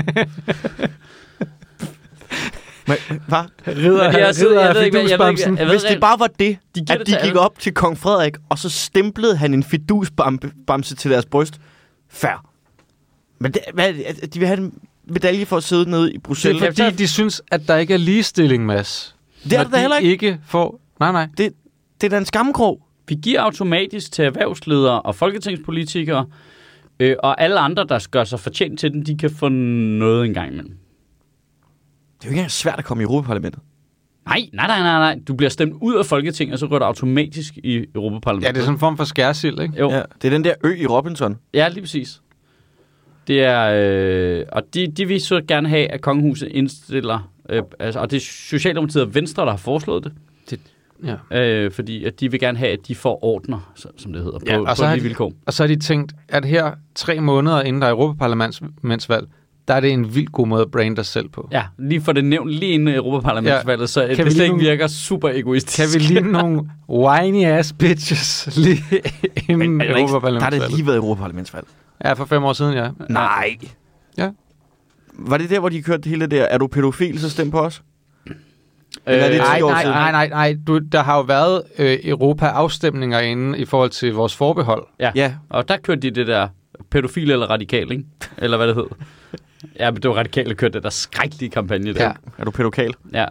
Hvis det bare var det, at de gik op til kong Frederik, og så stemplede han en fidusbamse til deres bryst. Fair. Men de vil have en medalje for at sidde nede i Bruxelles. Det er fordi, de synes, at der ikke er ligestilling, Mads. Det er der heller ikke. Nej. Det er da en skammekrog. Vi giver automatisk til erhvervsledere og folketingspolitikere, og alle andre, der gør sig fortjent til den, de kan få noget en gang imellem. Det er jo ikke engang svært at komme i Europaparlamentet. Nej. Du bliver stemt ud af Folketinget, og så går du automatisk i Europaparlamentet. Ja, det er sådan en form for skærsild, ikke? Jo. Ja, det er den der ø i Robinson. Ja, lige præcis. Det er, og de vil så gerne have, at kongehuset indstiller, og det er Socialdemokratiet og Venstre, der har foreslået det. Fordi at de vil gerne have, at de får ordner, som det hedder, på de vilkår. Og så har de tænkt, at her 3 måneder inden der er Europaparlamentsvalg, der er det en vildt god måde at brande dig selv på. Ja, lige for det nævnt lige inden Europaparlamentsvalget, så det slet ikke virker super egoistisk. Kan vi lige nogle whiny ass bitches lige inden Europaparlamentsvalget? Der har det lige været Europaparlamentsvalg. Ja, for 5 år siden, ja. Nej. Ja. Var det der, hvor de kørte hele der, er du pædofil, så stem på os? Eller er det 10 år siden? Nej. Der har jo været Europa-afstemninger inde i forhold til vores forbehold. Ja, og der kørte de det der pædofil eller radikal, ikke? Eller hvad det hed. Ja, men det var radikalt, der kørte det der skrækkelige kampagne der. Ja. Er du pædofil? Ja.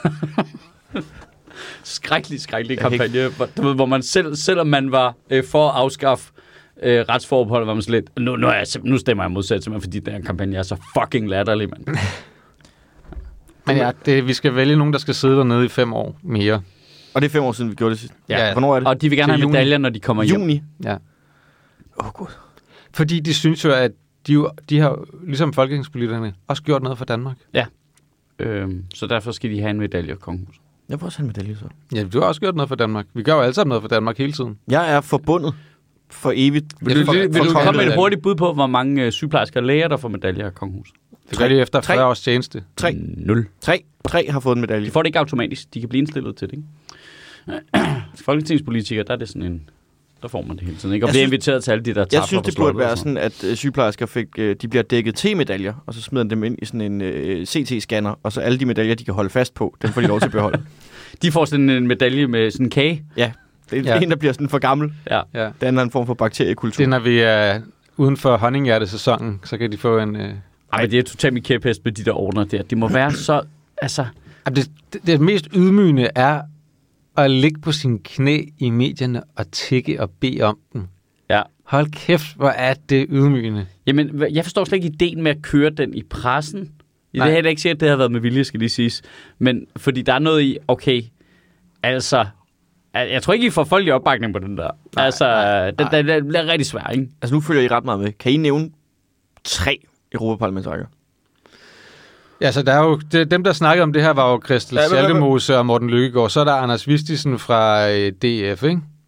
skrækkelig kampagne, hvor man selvom man var for at afskaffe retsforbehold, var man så lidt, nu stemmer jeg modsat, simpelthen, fordi den her kampagne er så fucking latterlig, mand. Men ja, vi skal vælge nogen, der skal sidde dernede i 5 år mere. Og det er 5 år siden, vi gjorde det sidst. Ja. Hvornår er det? Og de vil gerne have medaljer, når de kommer hjem. Juni? Ja. Gud. Fordi de synes jo, at de har, ligesom folketingspolitikerne, også gjort noget for Danmark. Ja. Så derfor skal de have en medalje af kongehuset. Jeg vil også have en medalje så. Ja, du har også gjort noget for Danmark. Vi gør jo alle sammen noget for Danmark hele tiden. Jeg er forbundet for evigt. Vil du komme med et hurtigt bud på, hvor mange sygeplejersker og læger, der får medaljer af kongehuset? Det gør de efter 40 års tjeneste. 0. 3 har fået en medalje. De får det ikke automatisk. De kan blive indstillet til det, ikke? Folketingspolitikere, der er det sådan en... Der får man det hele tiden, ikke? Og bliver inviteret til alle de der tafler. Jeg synes, det burde være sådan, at sygeplejersker de bliver dækket T-medaljer, og så smider dem ind i sådan en CT-scanner, og så alle de medaljer, de kan holde fast på, dem får de lov til at beholde. De får sådan en medalje med sådan en kage. Ja, det er en, der bliver sådan for gammel. Ja. Det er en form for bakteriekultur. Det er, når vi er uden for honninghjertesæsonen, så kan de få en... Men det er totalt mit kæphest med de der ordner der. Det må være så... Altså... Det mest ydmygende er at ligge på sine knæ i medierne og tikke og bede om den. Ja. Hold kæft, hvor er det ydmygende. Jamen, jeg forstår slet ikke ideen med at køre den i pressen. Det er heller ikke sikkert, at det har været med vilje, skal lige siges. Men fordi der er noget i, okay, altså... Jeg tror ikke, I får folkelig opbakning på den der. Den bliver rigtig svær, ikke? Altså, nu følger I ret meget med. Kan I nævne 3 europaparlamentarikere? Ja, så der er jo... Dem, der snakkede om det her, var jo Christel Schaldemose og Morten Lykkegaard. Så er der Anders Vistisen fra DF, ikke?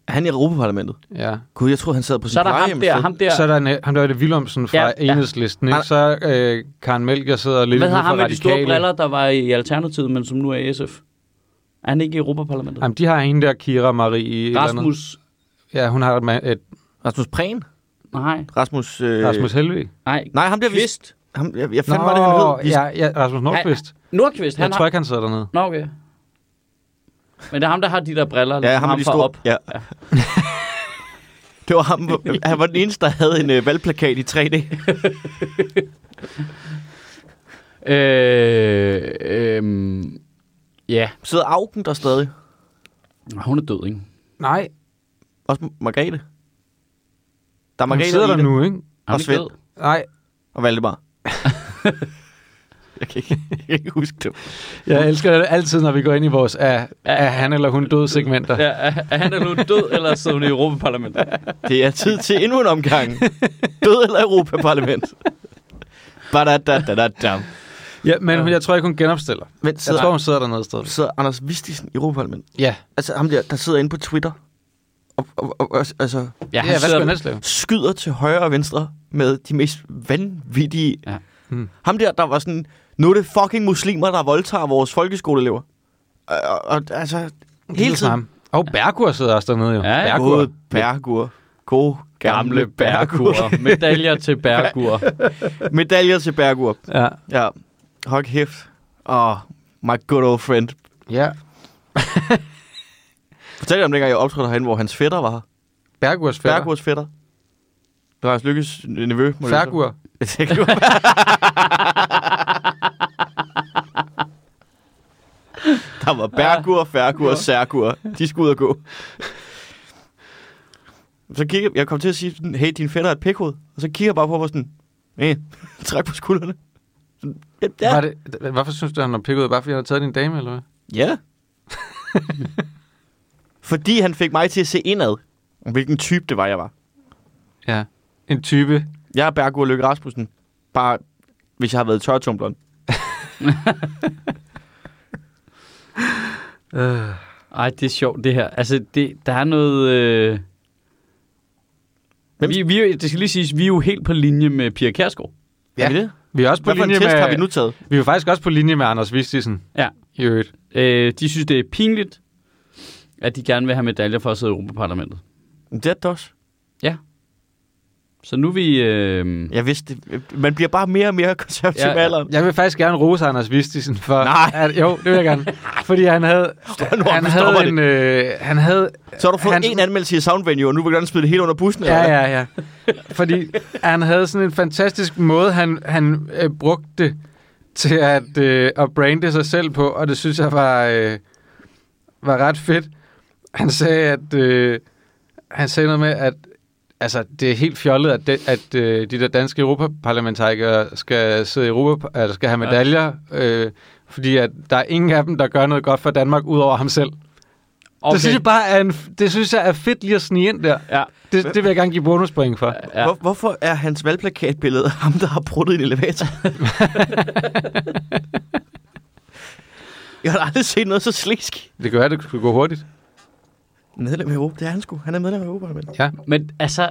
Er han i Europaparlamentet? Ja. Gud, jeg troede, han sad på sin Så er der plejehjem. ham der. Så er der ham der Willumsen fra Enhedslisten, ikke? Så Karen Melchior sidder lidt Hvad ude har for ham med de store Radikale. briller, der var i Alternativet, men som nu er i SF? Er han ikke i Europaparlamentet? Jamen, de har hende der, Kira Marie. Rasmus... Ja, hun har et Rasmus Prehn? Nej. Rasmus Helvig. Nej, ham der Kvist. Jeg fandt, hvad det han hed. Ja, Rasmus Nordqvist. Nordqvist. Jeg tror ikke, han sidder dernede. Nå, okay. Men det er ham, der har de der briller. Ja, ham med de store. Ja. Det var ham. Han var den eneste, der havde en valgplakat i 3D. Ja. Sidder Auken der stadig? Hun er død, ikke? Nej, Også Margrethe? Der er hun Margrethe sidder der Ida nu, ikke? og Svend Nej, og Valdemar. Jeg kan ikke huske det. jeg elsker det altid, når vi går ind i vores er han eller hun død segmenter. Ja, er han nu død, eller sidder hun i Europaparlamentet? Det er tid til endnu en omgang. Død eller Europaparlament? Badadadadadam. Ja, men jeg tror ikke, hun genopstiller. Men Jeg tror, hun sidder dernede et sted. sidder Anders Vistisen i Europaparlamentet. Ja. Altså ham der sidder inde på Twitter og altså Ja, Hvad skal han ellers lave? skyder til højre og venstre med de mest vanvittige... Ja. Ham der var sådan, nu er det fucking muslimer, der voldtager vores folkeskoleelever. Og altså, hele tiden. Og Bergur sidder også dernede, jo. Ja, God Bergur. God Gamle Bergur. Medaljer til Bergur. Medaljer til Bergur. Ja. Ja. Hold kæft. My good old friend. Ja. Fortæl dig om dengang, jeg optrådte herinde, hvor hans fætter var her. Bergurs fætter. Bergurs fætter. Lars Lykkes nevø. Fergur. Der var Bergur, Fergur og Sergur. De skulle ud og gå. Så kigger jeg kom til at sige sådan, hey, din fætter er et pikhoved. Og så kigger jeg bare på mig sådan, træk på skuldrene. Sådan, ja. Hvorfor synes du, han har pikket ud? Bare fordi han har taget din dame, eller hvad? Ja. Fordi han fik mig til at se indad, hvilken type det var, jeg var. Ja. En type. Jeg er Bergur Løkke Rasmussen. Bare, hvis jeg har været tørretumbleren. Ej, det er sjovt, det her. Altså, der er noget... Det skal lige siges, vi er jo helt på linje med Pia Kjærsgaard. Ja. Er vi det? Vi er også på Hvad for en linje test med... har vi nu taget? Vi er faktisk også på linje med Anders Vistisen. Ja. I øvrigt. De synes, det er pinligt, at de gerne vil have medaljer for at sidde i Europaparlamentet. Det er det også. Ja. Så nu er vi... Jeg vidste det. Man bliver bare mere og mere konservativ med alderen. Jeg vil faktisk gerne rose Anders Vistisen for... Nej. Jo, det vil jeg gerne. Fordi han havde... Han havde... Så har du fået en anmeldelse i Soundvenue, og nu vil du gerne smide det hele under bussen? Ja. Fordi han havde sådan en fantastisk måde, han brugte til at brande sig selv på, og det synes jeg var ret fedt. Han sagde, han sagde noget med, at altså, det er helt fjollet, at de der danske europaparlamentarikere skal sidde i skal have medaljer, fordi at der er ingen af dem, der gør noget godt for Danmark, udover ham selv. Okay. Det synes jeg er fedt lige at snige ind der. Ja. Det vil jeg gerne give bonuspoint for. Ja. Hvorfor er hans valgplakatbillede ham, der har bruttet en elevator? Jeg har aldrig set noget så slisk. Det kan være, det kunne gå hurtigt. Medlem af Europa, det er han sgu. Han er medlem af Europaparlamentet. Ja. Men altså...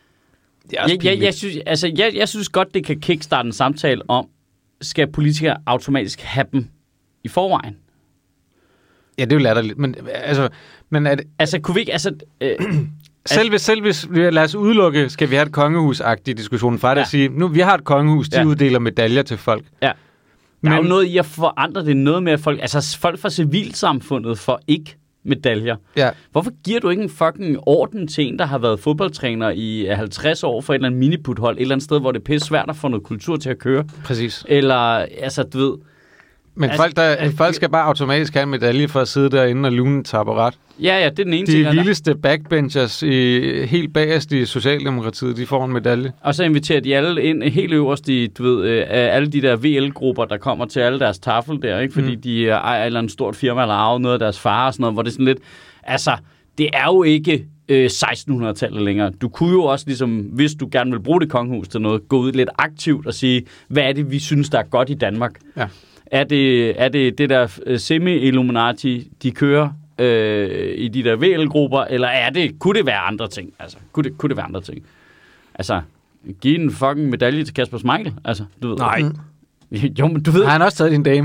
Jeg synes godt, det kan kickstarte en samtale om, skal politikere automatisk have dem i forvejen? Ja, det er jo latterligt. Men er det... Altså, kunne vi ikke... Altså, selv hvis lad os udelukke, skal vi have et kongehus-agtig diskussion fra det at sige, nu vi har et kongehus, de uddeler medaljer til folk. Ja. Der er jo noget i at forandre det, noget med at folk fra civilsamfundet får ikke medaljer. Ja. Hvorfor giver du ikke en fucking orden til en, der har været fodboldtræner i 50 år for et eller andet miniputhold, et eller andet sted, hvor det er pisse svært at få noget kultur til at køre? Præcis. Eller, altså, du ved... Men folk skal bare automatisk have en medalje for at sidde derinde og lune taburet. Ja, det er den ene ting. De vildeste backbenchers helt bagerst i Socialdemokratiet, de får en medalje. Og så inviterer de alle ind helt øverst i, du ved, alle de der VL-grupper, der kommer til alle deres tafel der, ikke? Fordi de ejer et eller andet stort firma, eller arver noget af deres far og sådan noget, hvor det er sådan lidt... Altså, det er jo ikke 1600-tallet længere. Du kunne jo også ligesom, hvis du gerne vil bruge det kongehus til noget, gå ud lidt aktivt og sige, hvad er det, vi synes, der er godt i Danmark? Ja. Er det der semi-Illuminati, de kører, i de der VL-grupper, eller kunne det være andre ting? Altså, kunne det være andre ting? Altså, give en fucking medalje til Kasper Schmeichel, altså, du ved. Nej. Jo, men du ved... Har han også taget din dame?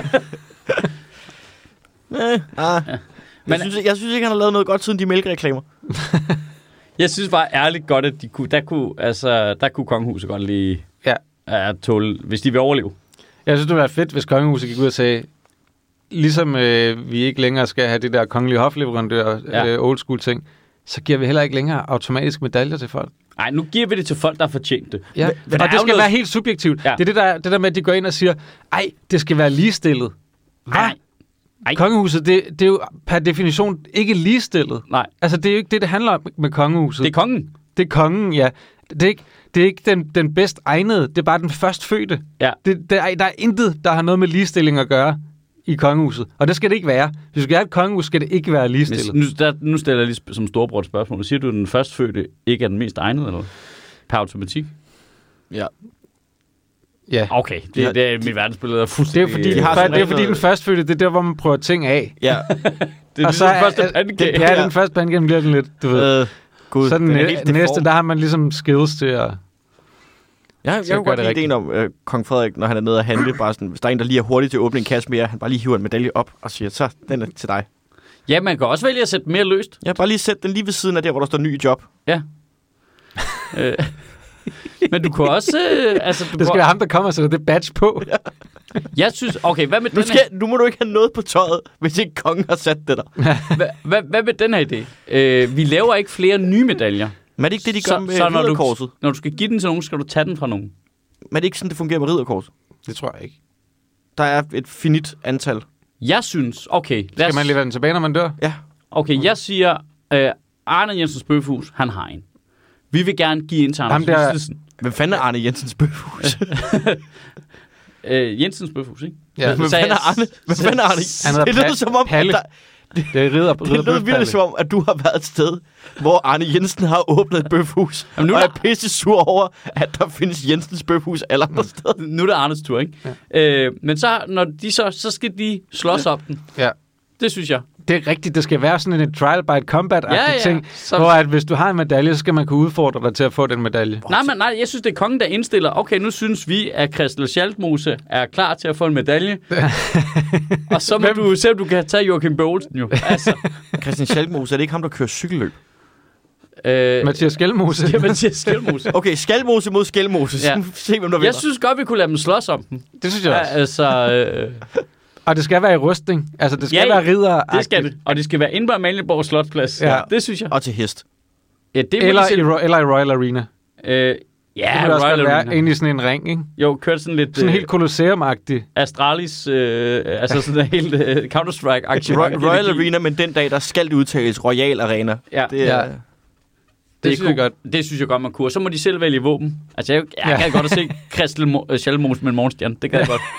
Men jeg synes ikke, han har lavet noget godt siden de mælkereklamer. Jeg synes bare ærligt godt, at der kunne kongehuset godt lige tåle, hvis de vil overleve. Jeg synes, det ville være fedt, hvis kongehuset gik ud og sagde, ligesom vi ikke længere skal have det der kongelige hofleverandør, old school ting, så giver vi heller ikke længere automatisk medaljer til folk. Nej, nu giver vi det til folk, der har fortjent det. Ja. Men og det skal være helt subjektivt. Ja. Det er det der med, at de går ind og siger, det skal være ligestillet. Hvad? Kongehuset, det er jo per definition ikke ligestillet. Nej. Altså, det er jo ikke det handler om med kongehuset. Det er kongen. Det er kongen, ja. Det er ikke den bedst egnede, det er bare den førstfødte. Ja. Der er intet, der har noget med ligestilling at gøre i kongehuset. Og det skal det ikke være. Hvis du skal have et kongehus, skal det ikke være ligestillet. Nu stiller jeg lige som storebror et spørgsmål. Siger du, at den førstfødte ikke er den mest egnede, eller per automatik? Ja. Ja. Okay, det er mit verdensbillede er fuldstændig... Det er fordi den førstfødte, det er der, hvor man prøver ting af. Ja. Det er den første pandekage. Ja, den første pandekage bliver den lidt, du ved. God, så den næste, der har man ligesom skills til at... Jeg kunne godt lide ideen om kong Frederik, når han er nede og handle, bare sådan, hvis der er en, der lige er hurtigt til at åbne en kasse mere, han bare lige hiver en medalje op og siger, så den er til dig. Ja, man kan også vælge at sætte mere løst. Ja, bare lige sætte den lige ved siden af der, hvor der står ny job. Ja. Men du kan også... det skal være ham, der kommer og sætter det badge på. Ja. Jeg synes... Okay, hvad med nu må du ikke have noget på tøjet, hvis ikke kongen har sat det der. Hvad med den her idé? Vi laver ikke flere nye medaljer. Men er det ikke det, de gør med ridderkorset? Når du skal give den til nogen, skal du tage den fra nogen. Men er det ikke sådan, det fungerer med ridderkorset? Det tror jeg ikke. Der er et finit antal. Jeg synes... Okay, skal man levere den tilbage, når man dør? Ja. Okay, jeg siger... Arne Jensens Bøfhus, han har en. Vi vil gerne give ind til Anders Vistisen. Hvem fanden er Arne Jensens Bøfhus? Jensens Bøfhus, ikke? Ja. Hvem fanden er Arne? Det lyder som om... Det lyder virkelig som om, at du har været et sted, hvor Arne Jensen har åbnet et bøfhus, og er pisse sur over, at der findes Jensens Bøfhus alle andre steder. Nu er det Arnes tur, ikke? Ja. Men så, når de så skal de slås op den. Ja. Det synes jeg. Det er rigtigt, det skal være sådan en trial by combat-agtig ting, hvor at hvis du har en medalje, så skal man kunne udfordre dig til at få den medalje. Nej, jeg synes, det er kongen, der indstiller, okay, nu synes vi, at Christel Schaldmose er klar til at få en medalje. Og så må du se, om du kan tage Joachim B. Olsen, jo. Altså. Christian Schaldmose, er det ikke ham, der kører cykelløb? Mathias Skjelmose. Ja, Mathias Skjelmose. Okay, Skjelmose mod Skjelmose. Ja. Se, hvem der vinder. Jeg synes godt, vi kunne lade dem slås om den. Det synes jeg også. Altså... Og det skal være i rustning. Altså, det skal være ridder. Det skal det. Og det skal være inde på Amalienborg Slotsplads. Ja. Det synes jeg. Og til hest. Ja, det eller i Royal Arena. Ja, det Royal Arena. Ind i sådan en ring, ikke? Jo, kørt sådan lidt... Sådan helt Colosseum-agtig. Astralis, altså sådan en helt Counter-Strike-aktiv. Royal Arena, men den dag, der skal det udtales Royal Arena. Ja. Det synes jeg godt. Det synes jeg godt, man kunne. Så må de selv vælge våben. Altså, jeg kan godt at se Christel Schaldmose med en morgenstjerne. Det kan jeg godt.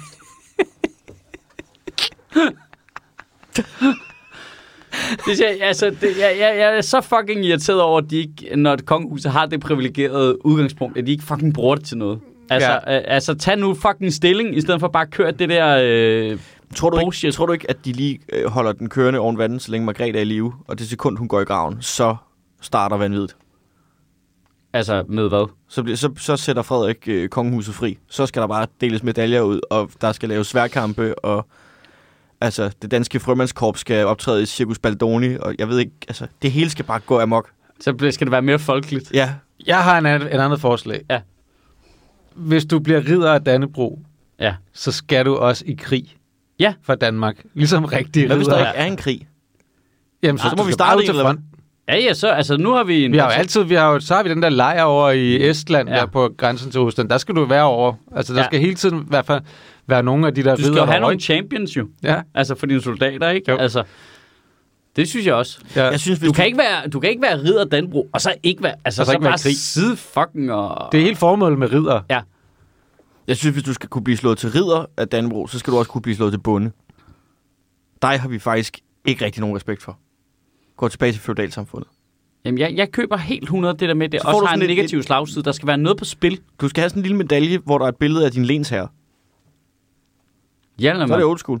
Jeg er så fucking irriteret over, at de ikke, når kongehuset har det privilegerede udgangspunkt, at de ikke fucking bruger det til noget. Altså tag nu fucking stilling, i stedet for bare at køre det der Tror du ikke, at de lige holder den kørende oven vandet, så længe Margrethe er i live, og det sekund, hun går i graven, så starter vanvittigt? Altså med hvad? Så sætter Frederik kongehuset fri. Så skal der bare deles medaljer ud, og der skal laves sværkampe, og altså, det danske frømandskorps skal optræde i Circus Baldoni, og jeg ved ikke, altså, det hele skal bare gå amok. Så skal det være mere folkeligt. Ja. Jeg har et andet forslag. Ja. Hvis du bliver ridder af Dannebrog, så skal du også i krig for Danmark. Ligesom rigtig ridder. Hvad hvis der ikke er en krig? Jamen, så må vi starte til front. Ja, så altså nu har vi så har vi den der lejr over i Estland, der på grænsen til Rusland. Der skal du være over. Altså, der skal hele tiden i hvert fald være nogle af de der ridder. Du skal jo have nogle champions jo. Ja. Altså for dine soldater, ikke? Jo. Altså, det synes jeg også. Ja. Jeg synes, du kan ikke være ridder Dannebrog, og så ikke være, altså, så ikke bare side fucking og... Det er helt formålet med ridder. Ja. Jeg synes, hvis du skal kunne blive slået til ridder af Dannebrog, så skal du også kunne blive slået til bonde. Dig har vi faktisk ikke rigtig nogen respekt for. Gå tilbage til feudalsamfundet. Jamen, jeg køber helt 100 det der med, det også har en negativ slagside. Der skal være noget på spil. Du skal have sådan en lille medalje, hvor der er et billede af din lensherre. Ja, så er det old school.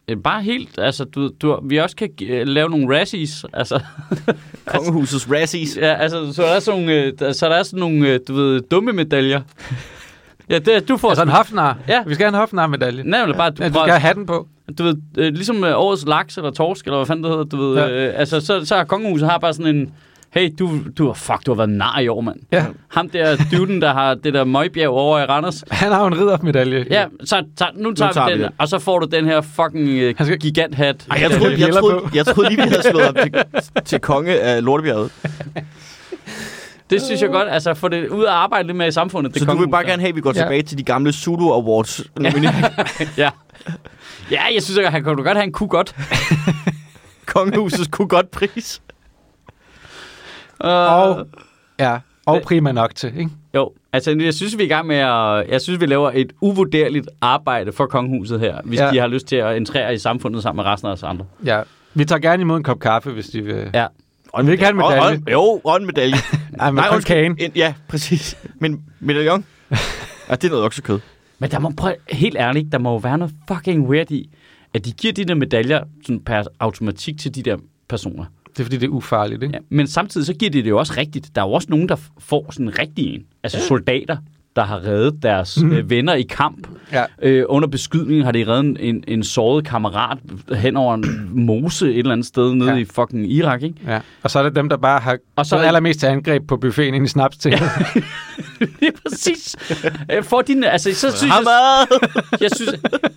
Bare helt, altså, vi også kan lave nogle razzies, altså. Kongehusets razzies. Ja, altså, så der er sådan nogle, du ved, dumme medaljer. Ja, du får... Altså en hofnar. Ja. Vi skal have en hofnar-medalje. Nej, bare... Du skal have den på. Du ved, ligesom årets laks eller torsk, eller hvad fanden det hedder, du ved. Altså, så har kongehuset har bare sådan en... Hey, du har været nar i år, mand. Ja. Ham der duden, der har det der møgbjerg over i Randers. Han har jo en riddermedalje. Ja, så nu tager vi den, og så får du den her fucking giganthat. Ej, jeg troede lige, vi havde slået op til konge af Lortebjerget. Det synes jeg godt, altså få det ud at arbejde lidt med i samfundet. Det så du vil bare gerne have, at vi går tilbage til de gamle Zulu Awards? Ja. Ja, jeg synes, at han kunne godt have en godt. Kongehusets godt pris. Og prima nok til, ikke? Jo, altså jeg synes, vi er i gang med jeg synes, vi laver et uvurderligt arbejde for kongehuset her, hvis de har lyst til at entrere i samfundet sammen med resten af os andre. Ja, vi tager gerne imod en kop kaffe, hvis de vil. Ja. Og vi kan have en medalje. Og en medalje. Nej, kagen. Ja, præcis. Men medaljon. Ja, det er noget oksekød. Men der må, helt ærligt, der må jo være noget fucking weird i, at de giver de der medaljer sådan per automatik til de der personer. Det er fordi, det er ufarligt, ikke? Ja, men samtidig så giver de det jo også rigtigt. Der er jo også nogen, der får sådan en rigtig en. Altså soldater, der har reddet deres venner i kamp. Ja. Under beskydningen har de reddet en såret kammerat hen over en mose et eller andet sted nede i fucking Irak, ikke? Ja. Og så er det dem, der bare har gået allermest til angreb på buffeten ind i snaps til. Ja. Det er præcis. For dine, altså, så synes jeg synes...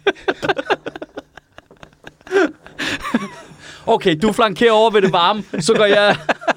Okay, du flankerer over ved det varme, så går jeg...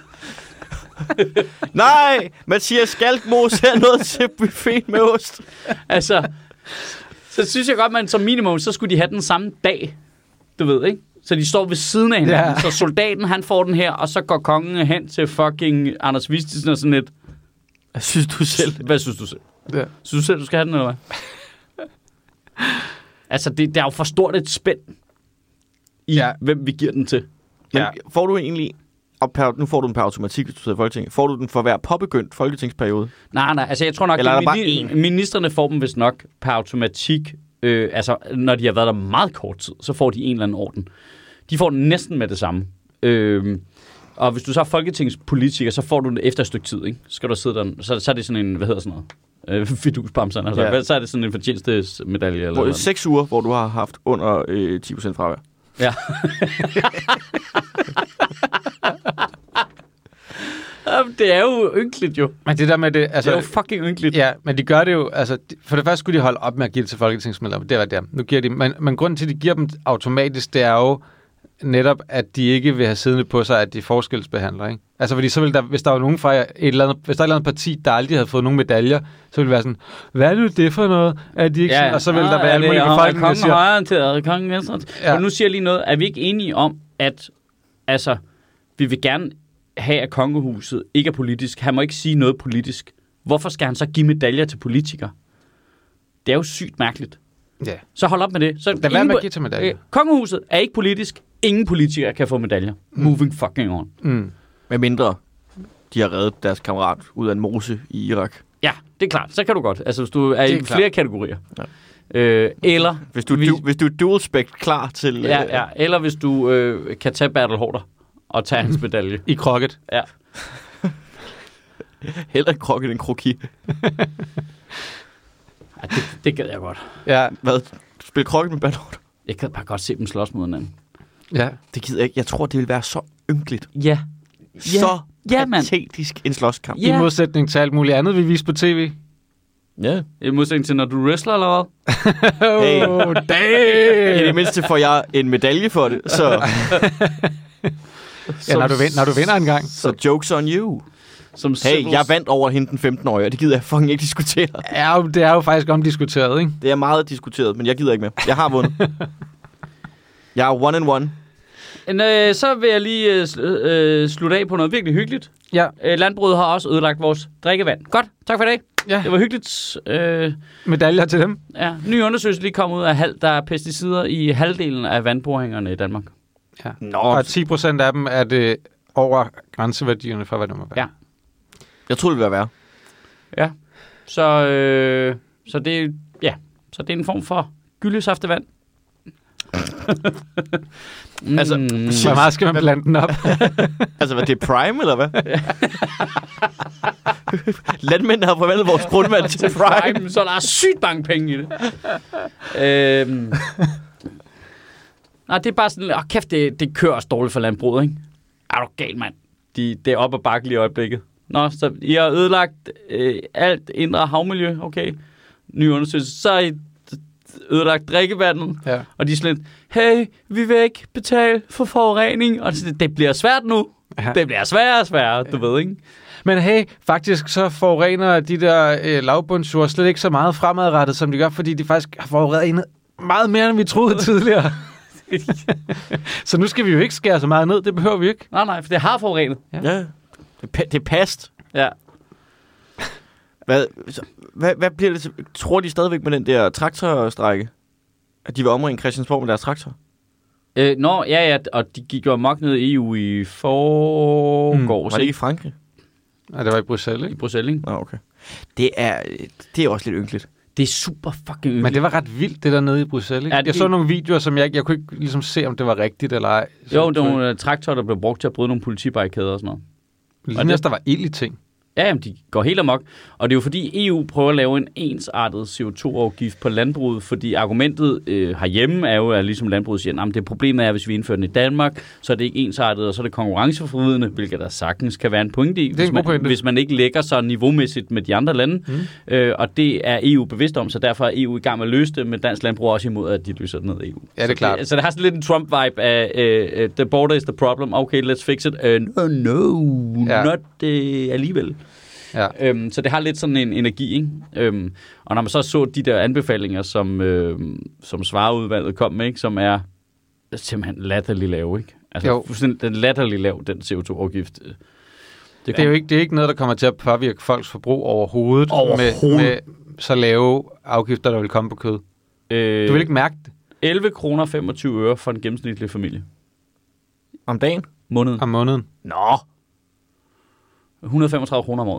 Nej, Mathias Skalkmo ser noget til buffet med ost. Altså, så synes jeg godt, man som minimum, så skulle de have den samme dag, du ved, ikke? Så de står ved siden af hinanden. Ja. Så soldaten, han får den her, og så går kongen hen til fucking Anders Vistisen og sådan lidt. Hvad synes du selv? Hvad synes du selv? Ja. Synes du selv, du skal have den, eller hvad? Altså, det er jo for stort et spænd i, hvem vi giver den til. Men får du egentlig... nu får du den per automatik, hvis du sidder i Folketinget. Får du den for hver påbegyndt folketingsperiode? Nej, altså jeg tror nok, at ministerne får dem vist nok per automatik. Altså, når de har været der meget kort tid, så får de en eller anden orden. De får den næsten med det samme. Og hvis du så er folketingspolitiker, så får du den efter et stykke tid, ikke? Så skal du sidde der, så er det sådan en, hvad hedder sådan noget? Fidusbamserne, altså. Så er det sådan en fortjenestesmedalje. Eller 6 uger, hvor du har haft under 10% fravær. Ja. Det er jo ynkeligt jo. Men det der med det, altså, det er jo fucking ynkeligt. Ja, men de gør det jo, altså, for det første skulle de holde op med at give det til folketingsmedlemmer. Det var det. Nu giver de, men grunden til, at de giver dem automatisk, det er jo netop, at de ikke vil have siddende på sig, at de forskelsbehandler, ikke? Altså, fordi så vil der, hvis der var nogen fra hvis der er et eller andet parti, der aldrig havde fået nogen medaljer, så ville det være sådan, hvad er det for noget? Er de ikke sådan? Og så vil der være alle mulige befolkninger, der siger... Kongen højreorienteret, kongen venstreorienteret. Ja. Og nu siger jeg lige noget. Er vi ikke enige om, at altså, vi vil gerne have, at kongehuset ikke er politisk. Han må ikke sige noget politisk. Hvorfor skal han så give medaljer til politikere? Det er jo sygt mærkeligt. Ja. Så hold op med det. Så lad være med at give til medaljer. Kongehuset er ikke politisk. Ingen politikere kan få medaljer. Moving fucking on. Med mindre de har reddet deres kammerat ud af en mose i Irak. Ja, det er klart. Så kan du godt. Altså, hvis du er i flere kategorier. Ja. Eller... Hvis du er dual-spect klar til... Ja, eller hvis du kan tage Bertel Haarder og tage hans medalje. I krokket. Ja. Heller en krokket end kroki. Ja, det gad jeg godt. Ja. Hvad? Spil krokket med Bertel Haarder? Jeg kan bare godt se dem slås mod hinanden. Ja. Det gider jeg ikke. Jeg tror, det vil være så ynkeligt. Ja. Så patetisk en slåskamp. I modsætning til alt muligt andet, vi viser på tv. Ja. I modsætning til, når du wrestler, eller hvad? Hey. I det mindste får jeg en medalje for det, så... Ja, når du vinder en gang. Så jokes on you. Jeg vandt over hende den 15-årige, og det gider jeg fucking ikke diskutere. Ja, det er jo faktisk omdiskuteret, ikke? Det er meget diskuteret, men jeg gider ikke med. Jeg har vundet. Jeg er 1-1. Så vil jeg lige slutte af på noget virkelig hyggeligt. Ja. Landbruget har også ødelagt vores drikkevand. Godt, tak for i dag. Ja. Det var hyggeligt. Medaljer til dem. Ja. Ny undersøgelse lige kommet ud af, der er pesticider i halvdelen af vandboringerne i Danmark. Ja. Og 10% af dem er det over grænseværdierne for, hvad det må være. Ja. Jeg tror det vil være. Ja. Så det er en form for gyldesaftevand. Altså, Hvor meget skal man blande den op? altså, hvad det er Prime, eller hvad? Landmændene har forvandlet vores grundvand til Prime. Så der er sygt mange penge i det. Nej, det er bare sådan, kæft, det kører også dårligt for landbruget, ikke? Er du gal, mand? Det er op ad bakke lige i øjeblikket. Nå, så I har ødelagt alt indre havmiljø, okay. Ny undersøgelse. Så har I ødelagt drikkevandet. Ja. Og de er sådan lidt, hey, vi vil ikke betale for forurening. Og det bliver svært nu. Ja. Det bliver sværere og sværere, du ved, ikke? Men hey, faktisk så forurener de der lavbundsjord slet ikke så meget fremadrettet, som de gør, fordi de faktisk har forurenet meget mere, end vi troede tidligere. Så nu skal vi jo ikke skære så meget ned, det behøver vi ikke. Nej, for det har forurenet. Ja. Det er past. Ja. Hvad bliver det til? Tror de stadigvæk med den der traktorstrække? At de vil omringe Christiansborg med deres traktor? Ja, og de gik jo amok ned i EU i forgårs. Var det ikke i Frankrig? Nej, det var i Bruxelles, I ikke? Bruxelles, ikke? Okay. Det er også lidt ynkeligt. Det er super fucking ynkeligt. Men det var ret vildt, det der nede i Bruxelles, ikke? Ja, Jeg så nogle videoer, som jeg kunne ikke ligesom se, om det var rigtigt eller ej. Jo, det var nogle traktorer, der blev brugt til at bryde nogle politibarrikader og sådan noget. Lige der var ild i ting. Ja, jamen, de går helt amok. Og det er jo fordi EU prøver at lave en ensartet CO2-afgift på landbruget, fordi argumentet herhjemme er jo, at ligesom landbruget siger, at det problemet er, hvis vi indfører den i Danmark, så er det ikke ensartet, og så er det konkurrenceforvridende, hvilket der sagtens kan være en pointe i, hvis man ikke lægger sig niveaumæssigt med de andre lande. Og det er EU bevidst om, så derfor er EU i gang med at løse det, men dansk landbrug er også imod, at de løser det ned i EU. Ja, det er klart. Så det har sådan lidt en Trump-vibe af the border is the problem, okay, let's fix it. Not alligevel. Ja. Så det har lidt sådan en energi, ikke? Og når man så de der anbefalinger, som Svareudvalget kom med, ikke? Som er simpelthen latterlig lav, ikke? Altså den latterlig lav, den CO2-afgift. Det er ikke noget, der kommer til at påvirke folks forbrug overhovedet. Med så lave afgifter, der vil komme på kød. Du vil ikke mærke det? 11 kroner 25 øre for en gennemsnitlig familie. Om dagen? Om måneden. Nå! 135 kroner om året.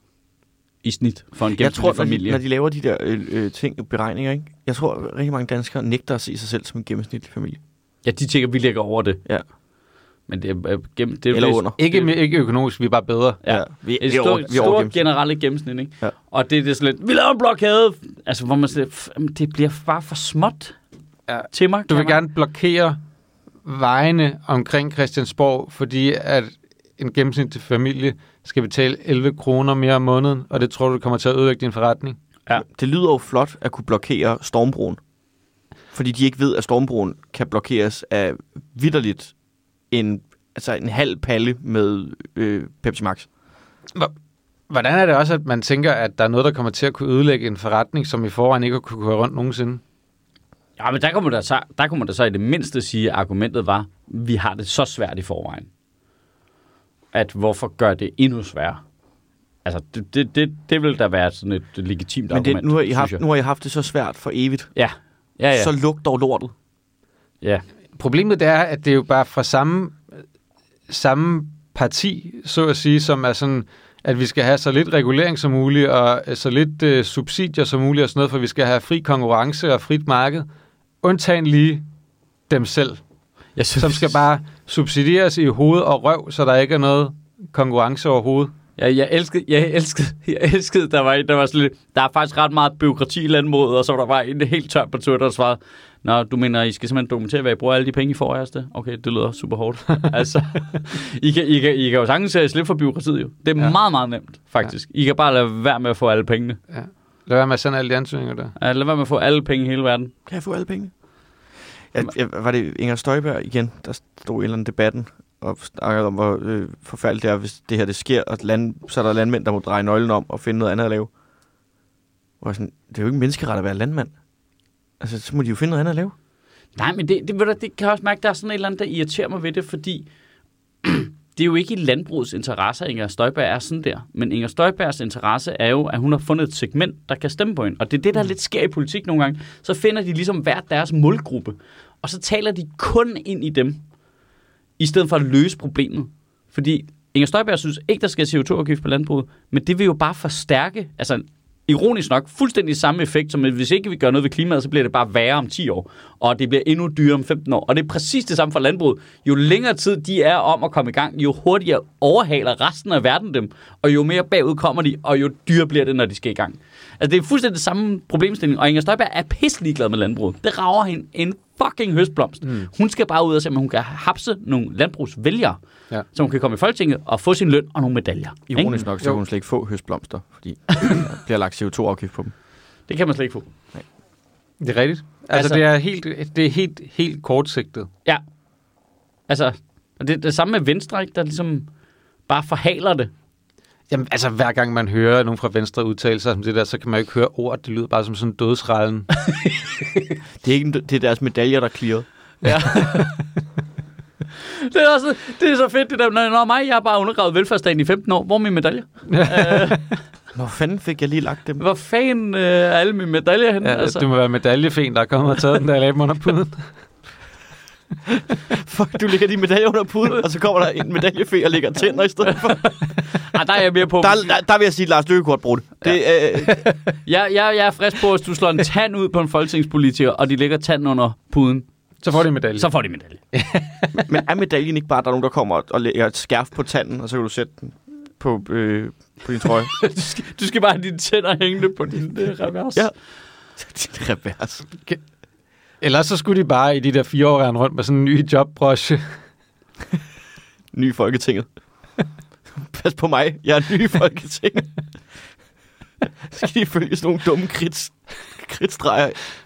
I snit for en gennemsnitlig familie. Når de laver de der beregninger, ikke? Jeg tror, rigtig mange danskere nægter at se sig selv som en gennemsnitlig familie. Ja, de tænker, vi ligger over det. Ja. Men det er eller under. Ikke økonomisk, vi er bare bedre. Ja. Vi er stort generelle gennemsnit, ikke? Ja. Og det er sådan lidt, vi laver en blokade. Altså, hvor man siger, det bliver bare for småt til mig. Du vil gerne blokere vejene omkring Christiansborg, fordi at en gennemsnitlig familie skal betale 11 kroner mere om måneden, og det tror du kommer til at ødelægge din forretning? Ja. Det lyder jo flot at kunne blokere Stormbroen. Fordi de ikke ved, at Stormbroen kan blokeres af vitterligt en halv palle med Pepsi Max. Hvordan er det også, at man tænker, at der er noget, der kommer til at kunne ødelægge en forretning, som i forvejen ikke kunne køre rundt nogensinde? Ja, men der kommer der så i det mindste sige, at argumentet var, vi har det så svært i forvejen. At hvorfor gør det endnu sværere? Altså, det vil da være sådan et legitimt argument. Men nu har I haft det så svært for evigt. Ja. Så luk dog lortet. Ja. Problemet er, at det er jo bare fra samme parti, så at sige, som er sådan, at vi skal have så lidt regulering som muligt, og så lidt subsidier som muligt, og sådan noget, for vi skal have fri konkurrence og frit marked. Undtagen lige dem selv, som skal bare subsidieres i hoved og røv, så der ikke er noget konkurrence overhovedet. Ja, jeg elskede, der var sådan lidt, der er faktisk ret meget bureaukrati i landbruget, og så der var en helt tør på Twitter, der svarede, nå, du mener, I skal simpelthen dokumentere, hvad I bruger alle de penge, I får af os det? Okay, det lyder super hårdt. Altså, I kan jo sagtens slippe for bureaukratiet jo. Det er meget, meget nemt, faktisk. Ja. I kan bare lade være med at få alle pengene. Ja. Lad være med at sende alle de ansøgninger der. Ja, lad være med at få alle penge i hele verden. Kan jeg få alle penge? Var det Inger Støjberg igen, der stod i en eller anden debatten, og snakkede om, hvor forfærdeligt det er, hvis det her det sker, og så er der landmænd, der må dreje nøglen om og finde noget andet at lave. Og sådan, det er jo ikke menneskeret at være landmand. Altså, så må de jo finde noget andet at lave. Nej, men det kan jeg også mærke, der er sådan et eller andet, der irriterer mig ved det, fordi det er jo ikke i landbrugets interesse, at Inger Støjberg er sådan der. Men Inger Støjbergs interesse er jo, at hun har fundet et segment, der kan stemme på hende. Og det er det, der lidt sker i politik nogle gange. Så finder de ligesom hver deres målgruppe, og så taler de kun ind i dem, i stedet for at løse problemet. Fordi Inger Støjberg synes ikke, der skal CO2-afgift på landbruget, men det vil jo bare forstærke, altså ironisk nok fuldstændig samme effekt, som hvis ikke vi gør noget ved klimaet, så bliver det bare værre om 10 år. Og det bliver endnu dyrere om 15 år. Og det er præcis det samme for landbruget. Jo længere tid de er om at komme i gang, jo hurtigere overhaler resten af verden dem. Og jo mere bagud kommer de, og jo dyrere bliver det, når de skal i gang. Altså, det er fuldstændig det samme problemstilling. Og Inger Støjberg er pisselig glad med landbruget. Det rager hende en fucking høstblomst. Hun skal bare ud og se, om hun kan hapse nogle landbrugsvælgere, så hun kan komme i Folketinget og få sin løn og nogle medaljer. Ironisk nok, så kan hun slet ikke få høstblomster, fordi der bliver lagt CO2-afgift på dem. Det kan man slet ikke få. Nej. Det er rigtigt. Altså det er helt kortsigtet. Ja. Altså, og det er det samme med Venstre, ikke? Der ligesom bare forhaler det. Jamen, altså, hver gang man hører nogen fra Venstre udtale sig som det der, så kan man jo ikke høre ord. Det lyder bare som sådan en dødsrallen. Det er ikke det er deres medaljer, der clearer. Ja. det er så fedt, det der. Når jeg har bare undergravet velfærdsstaten i 15 år. Hvor er mine medaljer? Hvor fanden fik jeg lige lagt dem? Hvor fanden er alle mine medaljer henne? Ja, altså. Det må være medaljefen, der er kommet og taget den der læben under puden. Fuck, du lægger de medaljer under puden, og så kommer der en medaljefe og lægger tænder i stedet for. Der er jeg mere på. Der vil jeg sige, at Lars Løkke kort brugt det. Jeg er frisk på, at du slår en tand ud på en folketingspolitiker, og de lægger tanden under puden. Så får de medalje. Men er medaljen ikke bare, at der er nogen, der kommer og lægger et skærf på tanden, og så kan du sætte den på din trøje? du skal bare have dine tænder hængende på din revers. Ja, din revers. Okay. Ellers så skulle de bare i de der 4 år rende rundt med sådan en ny jobbroche. Ny i Folketinget. Pas på mig, jeg er ny i Folketinget. Skal de følge sådan nogle dumme kridtstreger?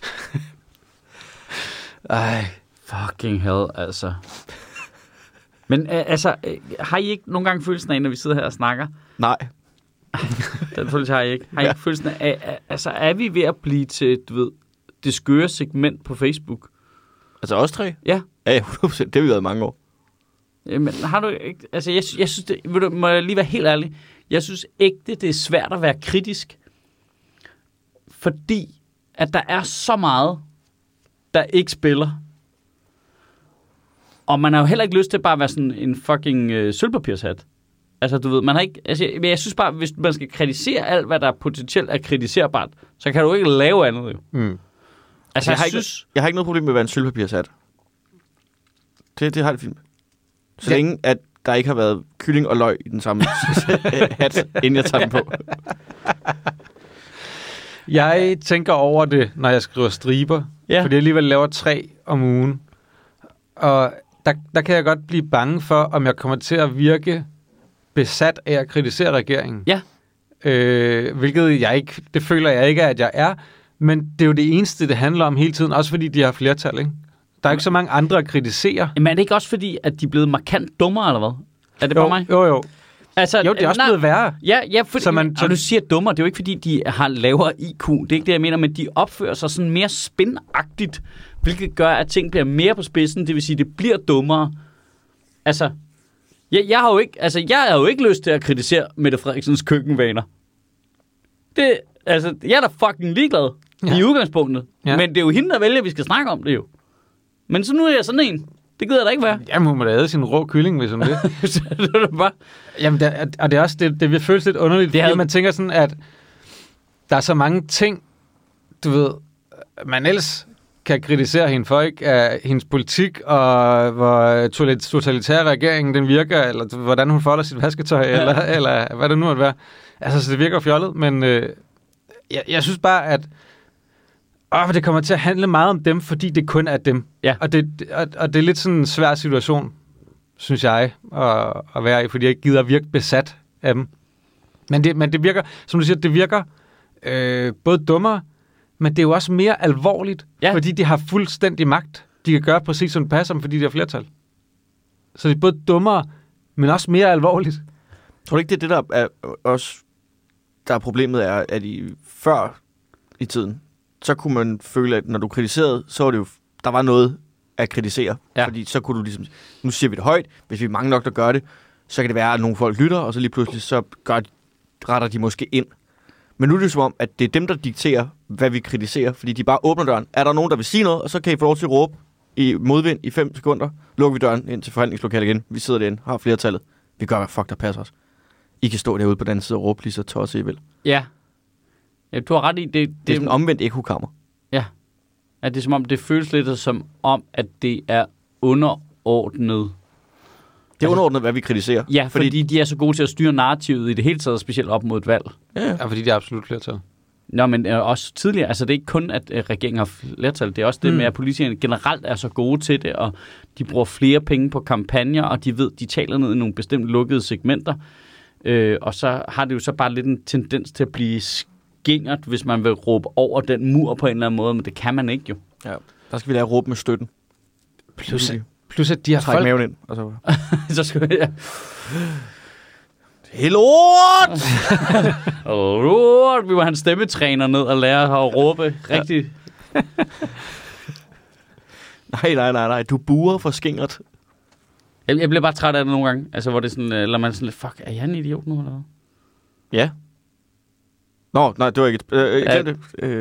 Ej, fucking hell, altså. Men altså, har I ikke nogle gange følelsen af, når vi sidder her og snakker? Nej. Den følelse har I ikke. Har I ikke følelsen af, altså er vi ved at blive til, du ved, det skøre segment på Facebook? Altså os tre? Ja. Ja, 100%. Det har vi været i mange år. Men har du ikke... Altså, jeg synes, det, må jeg lige være helt ærlig. Jeg synes ikke, det er svært at være kritisk. Fordi, at der er så meget, der ikke spiller. Og man har jo heller ikke lyst til bare at være sådan en fucking sølvpapirshat. Altså, du ved, man har ikke... Altså, jeg synes bare, hvis man skal kritisere alt, hvad der potentielt er kritiserbart, så kan du ikke lave andet, jo. Mm. Altså, jeg har ikke noget problem med at være en sølvpapirshat. Det har det fint. Så længe, at der ikke har været kylling og løg i den samme hat, inden jeg tager den på. Jeg tænker over det, når jeg skriver striber. Ja. Fordi jeg alligevel laver 3 om ugen. Og der kan jeg godt blive bange for, om jeg kommer til at virke besat af at kritisere regeringen. Ja. Hvilket det føler jeg ikke, at jeg er. Men det er jo det eneste, det handler om hele tiden. Også fordi de har flertal, ikke? Der er ikke så mange andre at kritisere. Men er det ikke også fordi, at de er blevet markant dummere, eller hvad? Er det bare mig? Jo. Altså, det er også blevet værre. Ja, fordi, og du siger dummere, det er jo ikke fordi, de har lavere IQ. Det er ikke det, jeg mener, men de opfører sig sådan mere spinagtigt, hvilket gør, at ting bliver mere på spidsen. Det vil sige, det bliver dummere. Altså, jeg har jo ikke lyst til at kritisere Mette Frederiksens køkkenvaner. Jeg er da fucking ligeglad i udgangspunktet. Ja. Men det er jo hende, der vælger, at vi skal snakke om det jo. Men så nu er jeg sådan en. Det gider der ikke være. Jamen, hun må da æde sin rå kylling, hvis hun det. Det er bare... Jamen, og det er også, det vil føles lidt underligt, fordi man tænker sådan, at der er så mange ting, du ved, man ellers kan kritisere hende for, ikke? Af hendes politik, og hvor totalitær regeringen den virker, eller hvordan hun folder sit vasketøj, eller hvad det nu måtte være. Altså, så det virker fjollet, men jeg synes bare, at det kommer til at handle meget om dem, fordi det kun er dem. Ja. Og det er lidt sådan en svær situation, synes jeg, at være i, fordi jeg ikke gider at virke besat af dem. Men det virker, som du siger, det virker både dummere, men det er jo også mere alvorligt, fordi de har fuldstændig magt. De kan gøre præcis, som det passer dem, fordi de har flertal. Så det er både dummere, men også mere alvorligt. Tror du ikke, det er det, der er også, der er problemet, er, at før i tiden, så kunne man føle, at når du kritiserede, så var det jo, der var noget at kritisere. Ja. Fordi så kunne du ligesom, nu siger vi det højt, hvis vi er mange nok, der gør det, så kan det være, at nogle folk lytter, og så lige pludselig, så retter de måske ind. Men nu er det som om, at det er dem, der dikterer, hvad vi kritiserer, fordi de bare åbner døren. Er der nogen, der vil sige noget, og så kan I få lov til at råbe i modvind i 5 sekunder. Lukker vi døren ind til forhandlingslokalet igen. Vi sidder derinde, har flertallet. Vi gør, hvad fuck der passer os. I kan stå derude på den anden side og råbe lige så tosset I vil. Ja. Ja, du har ret i. Det er sådan en omvendt ekokammer. Ja. At det er som om, det føles lidt som om, at det er underordnet. Det er underordnet, hvad vi kritiserer. Ja, fordi de er så gode til at styre narrativet i det hele taget, specielt op mod et valg. Ja, fordi det er absolut flertal. Nå, men også tidligere. Altså, det er ikke kun, at regeringen har flertal. Det er også det med, at politikerne generelt er så gode til det, og de bruger flere penge på kampagner, og de ved, de taler ned i nogle bestemt lukkede segmenter. Og så har det jo så bare lidt en tendens til at blive skingert, hvis man vil råbe over den mur på en eller anden måde, men det kan man ikke jo. Ja, der skal vi lære at råbe med støtten. Plus at de har folk... maven ind, og så... så skal vi... Ja. Det er lort! Lort! Vi må have en stemmetræner ned og lære at råbe rigtigt. Nej. Du buer for skingert. Jeg bliver bare træt af det nogle gange. Altså, hvor det er sådan... Eller man er sådan lidt, fuck, er jeg en idiot nu, eller hvad? Ja. Nej, det var ikke...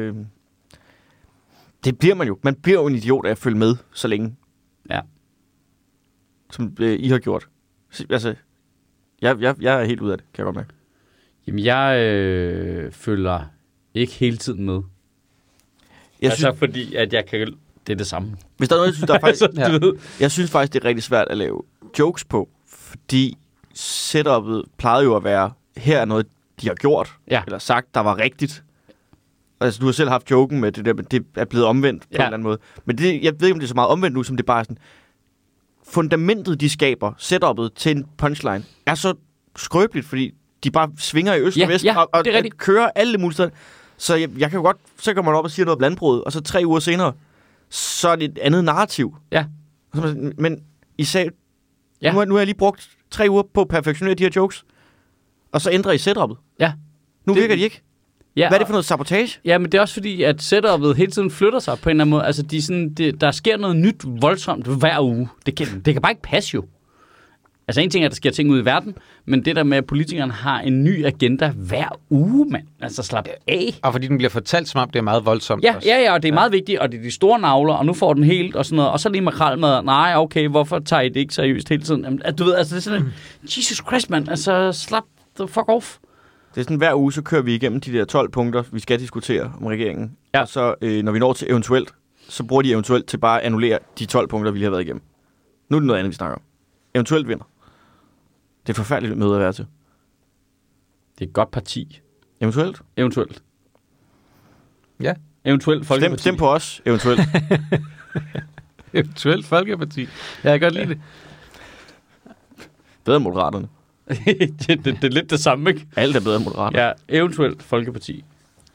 det bliver man jo. Man bliver jo en idiot af at følge med så længe. Ja. Som I har gjort. Altså... Jeg er helt ude af det, kan jeg godt mærke. Jamen, jeg følger ikke hele tiden med. Fordi at jeg kan... Det er det samme. Hvis der er noget, jeg synes, der er faktisk... Jeg synes faktisk, det er rigtig svært at lave jokes på, fordi setup'et plejede jo at være, her er noget, de har gjort, eller sagt, der var rigtigt. Altså, du har selv haft joken med det der, men det er blevet omvendt på en eller anden måde. Men det, jeg ved ikke, om det er så meget omvendt nu, som det bare er sådan... Fundamentet, de skaber, setup'et til en punchline, er så skrøbeligt, fordi de bare svinger i øst og vest, og kører alle mulige steder. Så jeg kan jo godt, så kommer man op og siger noget blandbrød, og så 3 uger senere, så er det et andet narrativ. Ja. Men I sagde, nu har jeg lige brugt 3 uger på at perfektionere de her jokes, og så ændrer I setup'et. Ja. Nu virker de ikke. Ja, hvad er det for noget sabotage? Ja, men det er også fordi, at setup'et hele tiden flytter sig på en eller anden måde. Altså, der sker noget nyt voldsomt hver uge. Det kan bare ikke passe jo. Altså, en ting er, at der sker ting ud i verden, men det der med, at politikerne har en ny agenda hver uge, mand. Altså, slap af. Og fordi den bliver fortalt, som om det er meget voldsomt. Ja, og det er meget vigtigt, og det er de store navler, og nu får den helt, og sådan noget. Og så lige makrelmad. Nej, okay, hvorfor tager I det ikke seriøst hele tiden? Jamen, du ved, altså, det er sådan, Jesus Christ, mand. Altså, slap the fuck off. Det er sådan, hver uge, så kører vi igennem de der 12 punkter, vi skal diskutere om regeringen. Ja. Og så, når vi når til eventuelt, så bruger de eventuelt til bare at annullere de 12 punkter, vi lige har været igennem. Nu er det noget andet, vi snakker om. Eventuelt vinder. Det er et forfærdeligt møde at være til. Det er et godt parti. Eventuelt? Eventuelt. Ja. Eventuelt Folkeparti. Stem på os, eventuelt. Eventuelt Folkeparti. Ja, jeg kan godt lide det. Bedre end Moderaterne. det er lidt det samme, ikke? Alt er bedre end Moderaterne. Ja, eventuelt Folkeparti.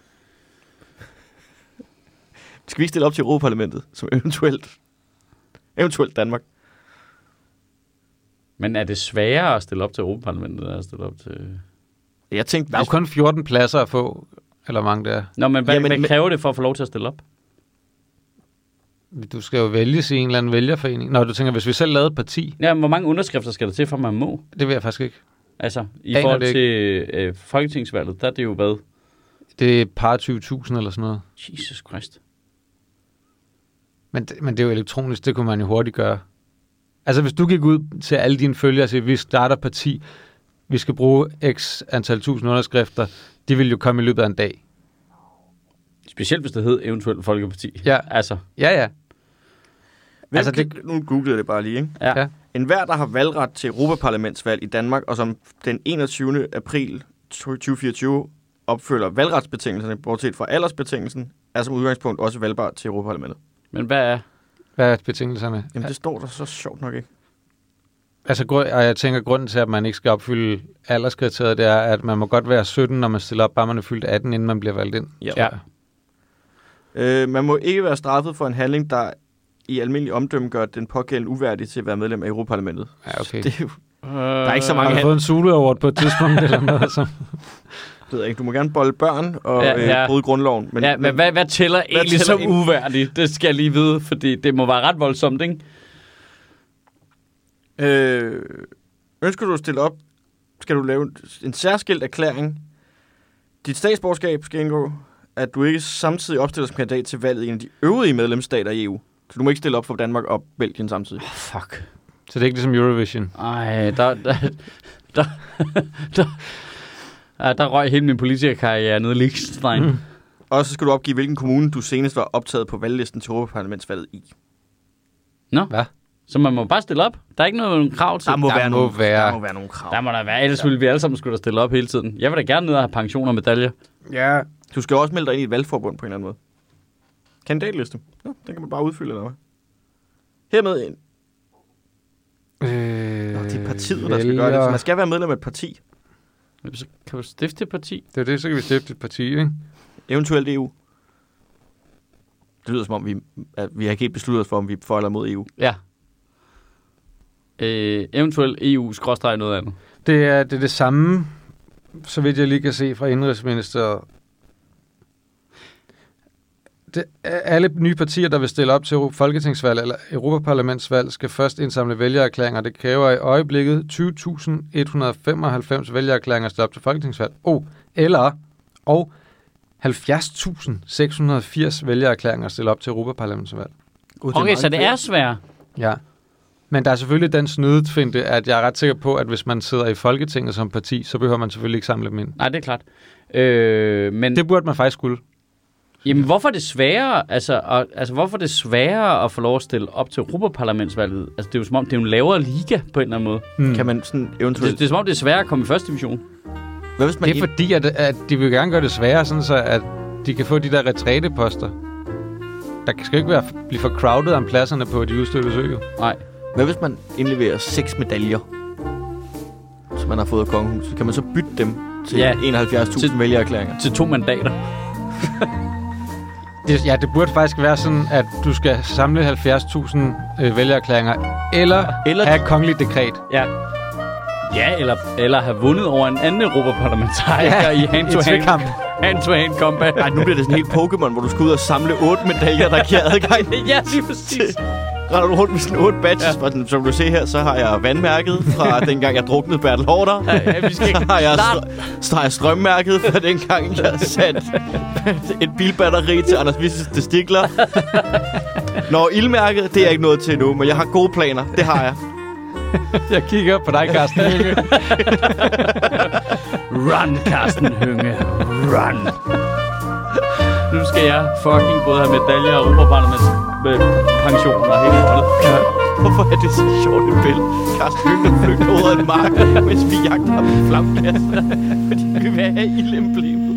Skal vi stille op til Europaparlamentet som eventuelt Danmark? Men er det sværere at stille op til Europaparlamentet, end at stille op til... Jeg tænkte, der er jo kun 14 pladser at få, eller mange der. Nå, men hvad kræver det for at få lov til at stille op? Du skal jo vælges i en eller anden vælgerforening. Nå, du tænker, hvis vi selv lavede et parti... Ja, hvor mange underskrifter skal der til, for man må? Det ved jeg faktisk ikke. Altså, i forhold til folketingsvalget, der er det jo hvad? Det er et par 20.000 eller sådan noget. Jesus Christ. Men det er jo elektronisk, det kunne man jo hurtigt gøre. Altså, hvis du gik ud til alle dine følgere og siger, vi starter parti, vi skal bruge x antal 1000 underskrifter, de vil jo komme i løbet af en dag. Specielt hvis det hed eventuelt Folkeparti. Ja. Altså. Ja. Nu googlede jeg det bare lige, ikke? Ja. En hver, der har valgret til Europaparlamentsvalg i Danmark, og som den 21. april 2024 opfylder valgretsbetingelserne, bortset fra aldersbetingelsen, er som udgangspunkt også valgbar til Europaparlamentet. Men hvad er betingelserne? Jamen, det står der så sjovt nok ikke. Altså, og jeg tænker, grunden til, at man ikke skal opfylde alderskriteriet, det er, at man må godt være 17, når man stiller op, bare man er fyldt 18, inden man bliver valgt ind. Ja. Man må ikke være straffet for en handling, der i almindelig omdømme gør den pågældende uværdig til at være medlem af Europaparlamentet. Ja, okay. Det er jo, der er ikke så mange... Har du fået en Zulu Award på et tidspunkt eller noget? Så? Det ved jeg ikke. Du må gerne bolde børn og bryde grundloven. Men hvad tæller egentlig som uværdigt? Det skal jeg lige vide, fordi det må være ret voldsomt, ikke? Ønsker du at stille op, skal du lave en særskilt erklæring. Dit statsborgerskab skal indgå, at du ikke samtidig opstiller som kandidat til valget i en af de øvrige medlemsstater i EU. Så du må ikke stille op for Danmark og Belgien samtidig. Fuck. Så det er ikke ligesom Eurovision? Ej, Ja, der røg hele min politikerkarriere nede i Liechtenstein. Og så skal du opgive, hvilken kommune du senest var optaget på valglisten til Europaparlamentsvalget i. Nå? Hvad? Så man må bare stille op. Der er ikke noget krav til. Der må være nogle krav. Der må der være. Ellers ville vi alle sammen skulle der stille op hele tiden. Jeg vil da gerne ned og have pension og medaljer. Ja. Du skal også melde dig ind i et valgforbund på en eller anden måde. Kandidatliste. Ja, den kan man bare udfylde, eller hvad? Hermed ind. Det er partiet, der skal gøre det. Så man skal være medlem af et parti. Så kan du stifte et parti. Det er det, så kan vi stifte et parti, ikke? Eventuelt EU. Det lyder som om, vi har ikke helt besluttet os for, om vi er for eller mod EU. Ja. Eventuelt EU-noget andet. Det er det samme, så vidt jeg lige kan se fra Indrigsministeriet. Alle nye partier, der vil stille op til folketingsvalg eller Europaparlamentsvalg, skal først indsamle vælgererklæringer. Det kræver i øjeblikket 20.895 vælgererklæringer at stille op til folketingsvalg. Eller 70.680 vælgererklæringer at stille op til Europaparlamentsvalg. Okay, så det er svært. Ja. Men der er selvfølgelig den snydefinte, at jeg er ret sikker på, at hvis man sidder i Folketinget som parti, så behøver man selvfølgelig ikke samle dem ind. Nej, det er klart. Men det burde man faktisk skulle. Jamen, hvorfor er det sværere, hvorfor er det sværere at få lov at stille op til Europaparlamentsvalget? Altså, det er jo som om, det er en lavere liga på en eller anden måde. Kan man sådan eventuelt... Det er som om, det er sværere at komme i første division. Hvad hvis man det er fordi, at de vil gerne gøre det sværere, sådan så at de kan få de der retræteposter. Der skal ikke blive for crowded om pladserne på de udstødte søer. Nej. Hvad hvis man indleverer 6 medaljer, som man har fået af kongehuset? Kan man så bytte dem til 71.000 vælgererklæringer? Til 2 mandater. Det burde faktisk være sådan, at du skal samle 70.000 vælgererklæringer, eller have et kongeligt dekret. Ja. Ja, eller have vundet over en anden europaparlamentariker i hand-to-hand combat. Nej, nu bliver det sådan helt Pokémon, hvor du skal ud og samle 8 medaljer, der giver adgang. Ja, lige præcis. Render du rundt med sådan 8 badges, som du ser her, så har jeg vandmærket fra dengang jeg druknede Bertel Haarder. Ja, vi skal ikke så har jeg strømmærket fra dengang jeg satte et bilbatteri til Anders Visses testikler. Når ildmærket, det er ikke noget til nu, men jeg har gode planer, det har jeg. Jeg kigger på dig, Carsten Hønge. Run, Carsten Hønge. Run. Nu skal jeg fucking både have medaljer og Europaparlamentspensioner og hele holdet. Hvorfor er det så sjovt et billede? Carsten Hønge flygter ud af en mark, mens vi jagter ham i flamkassen. Fordi vi vil have ildemblem.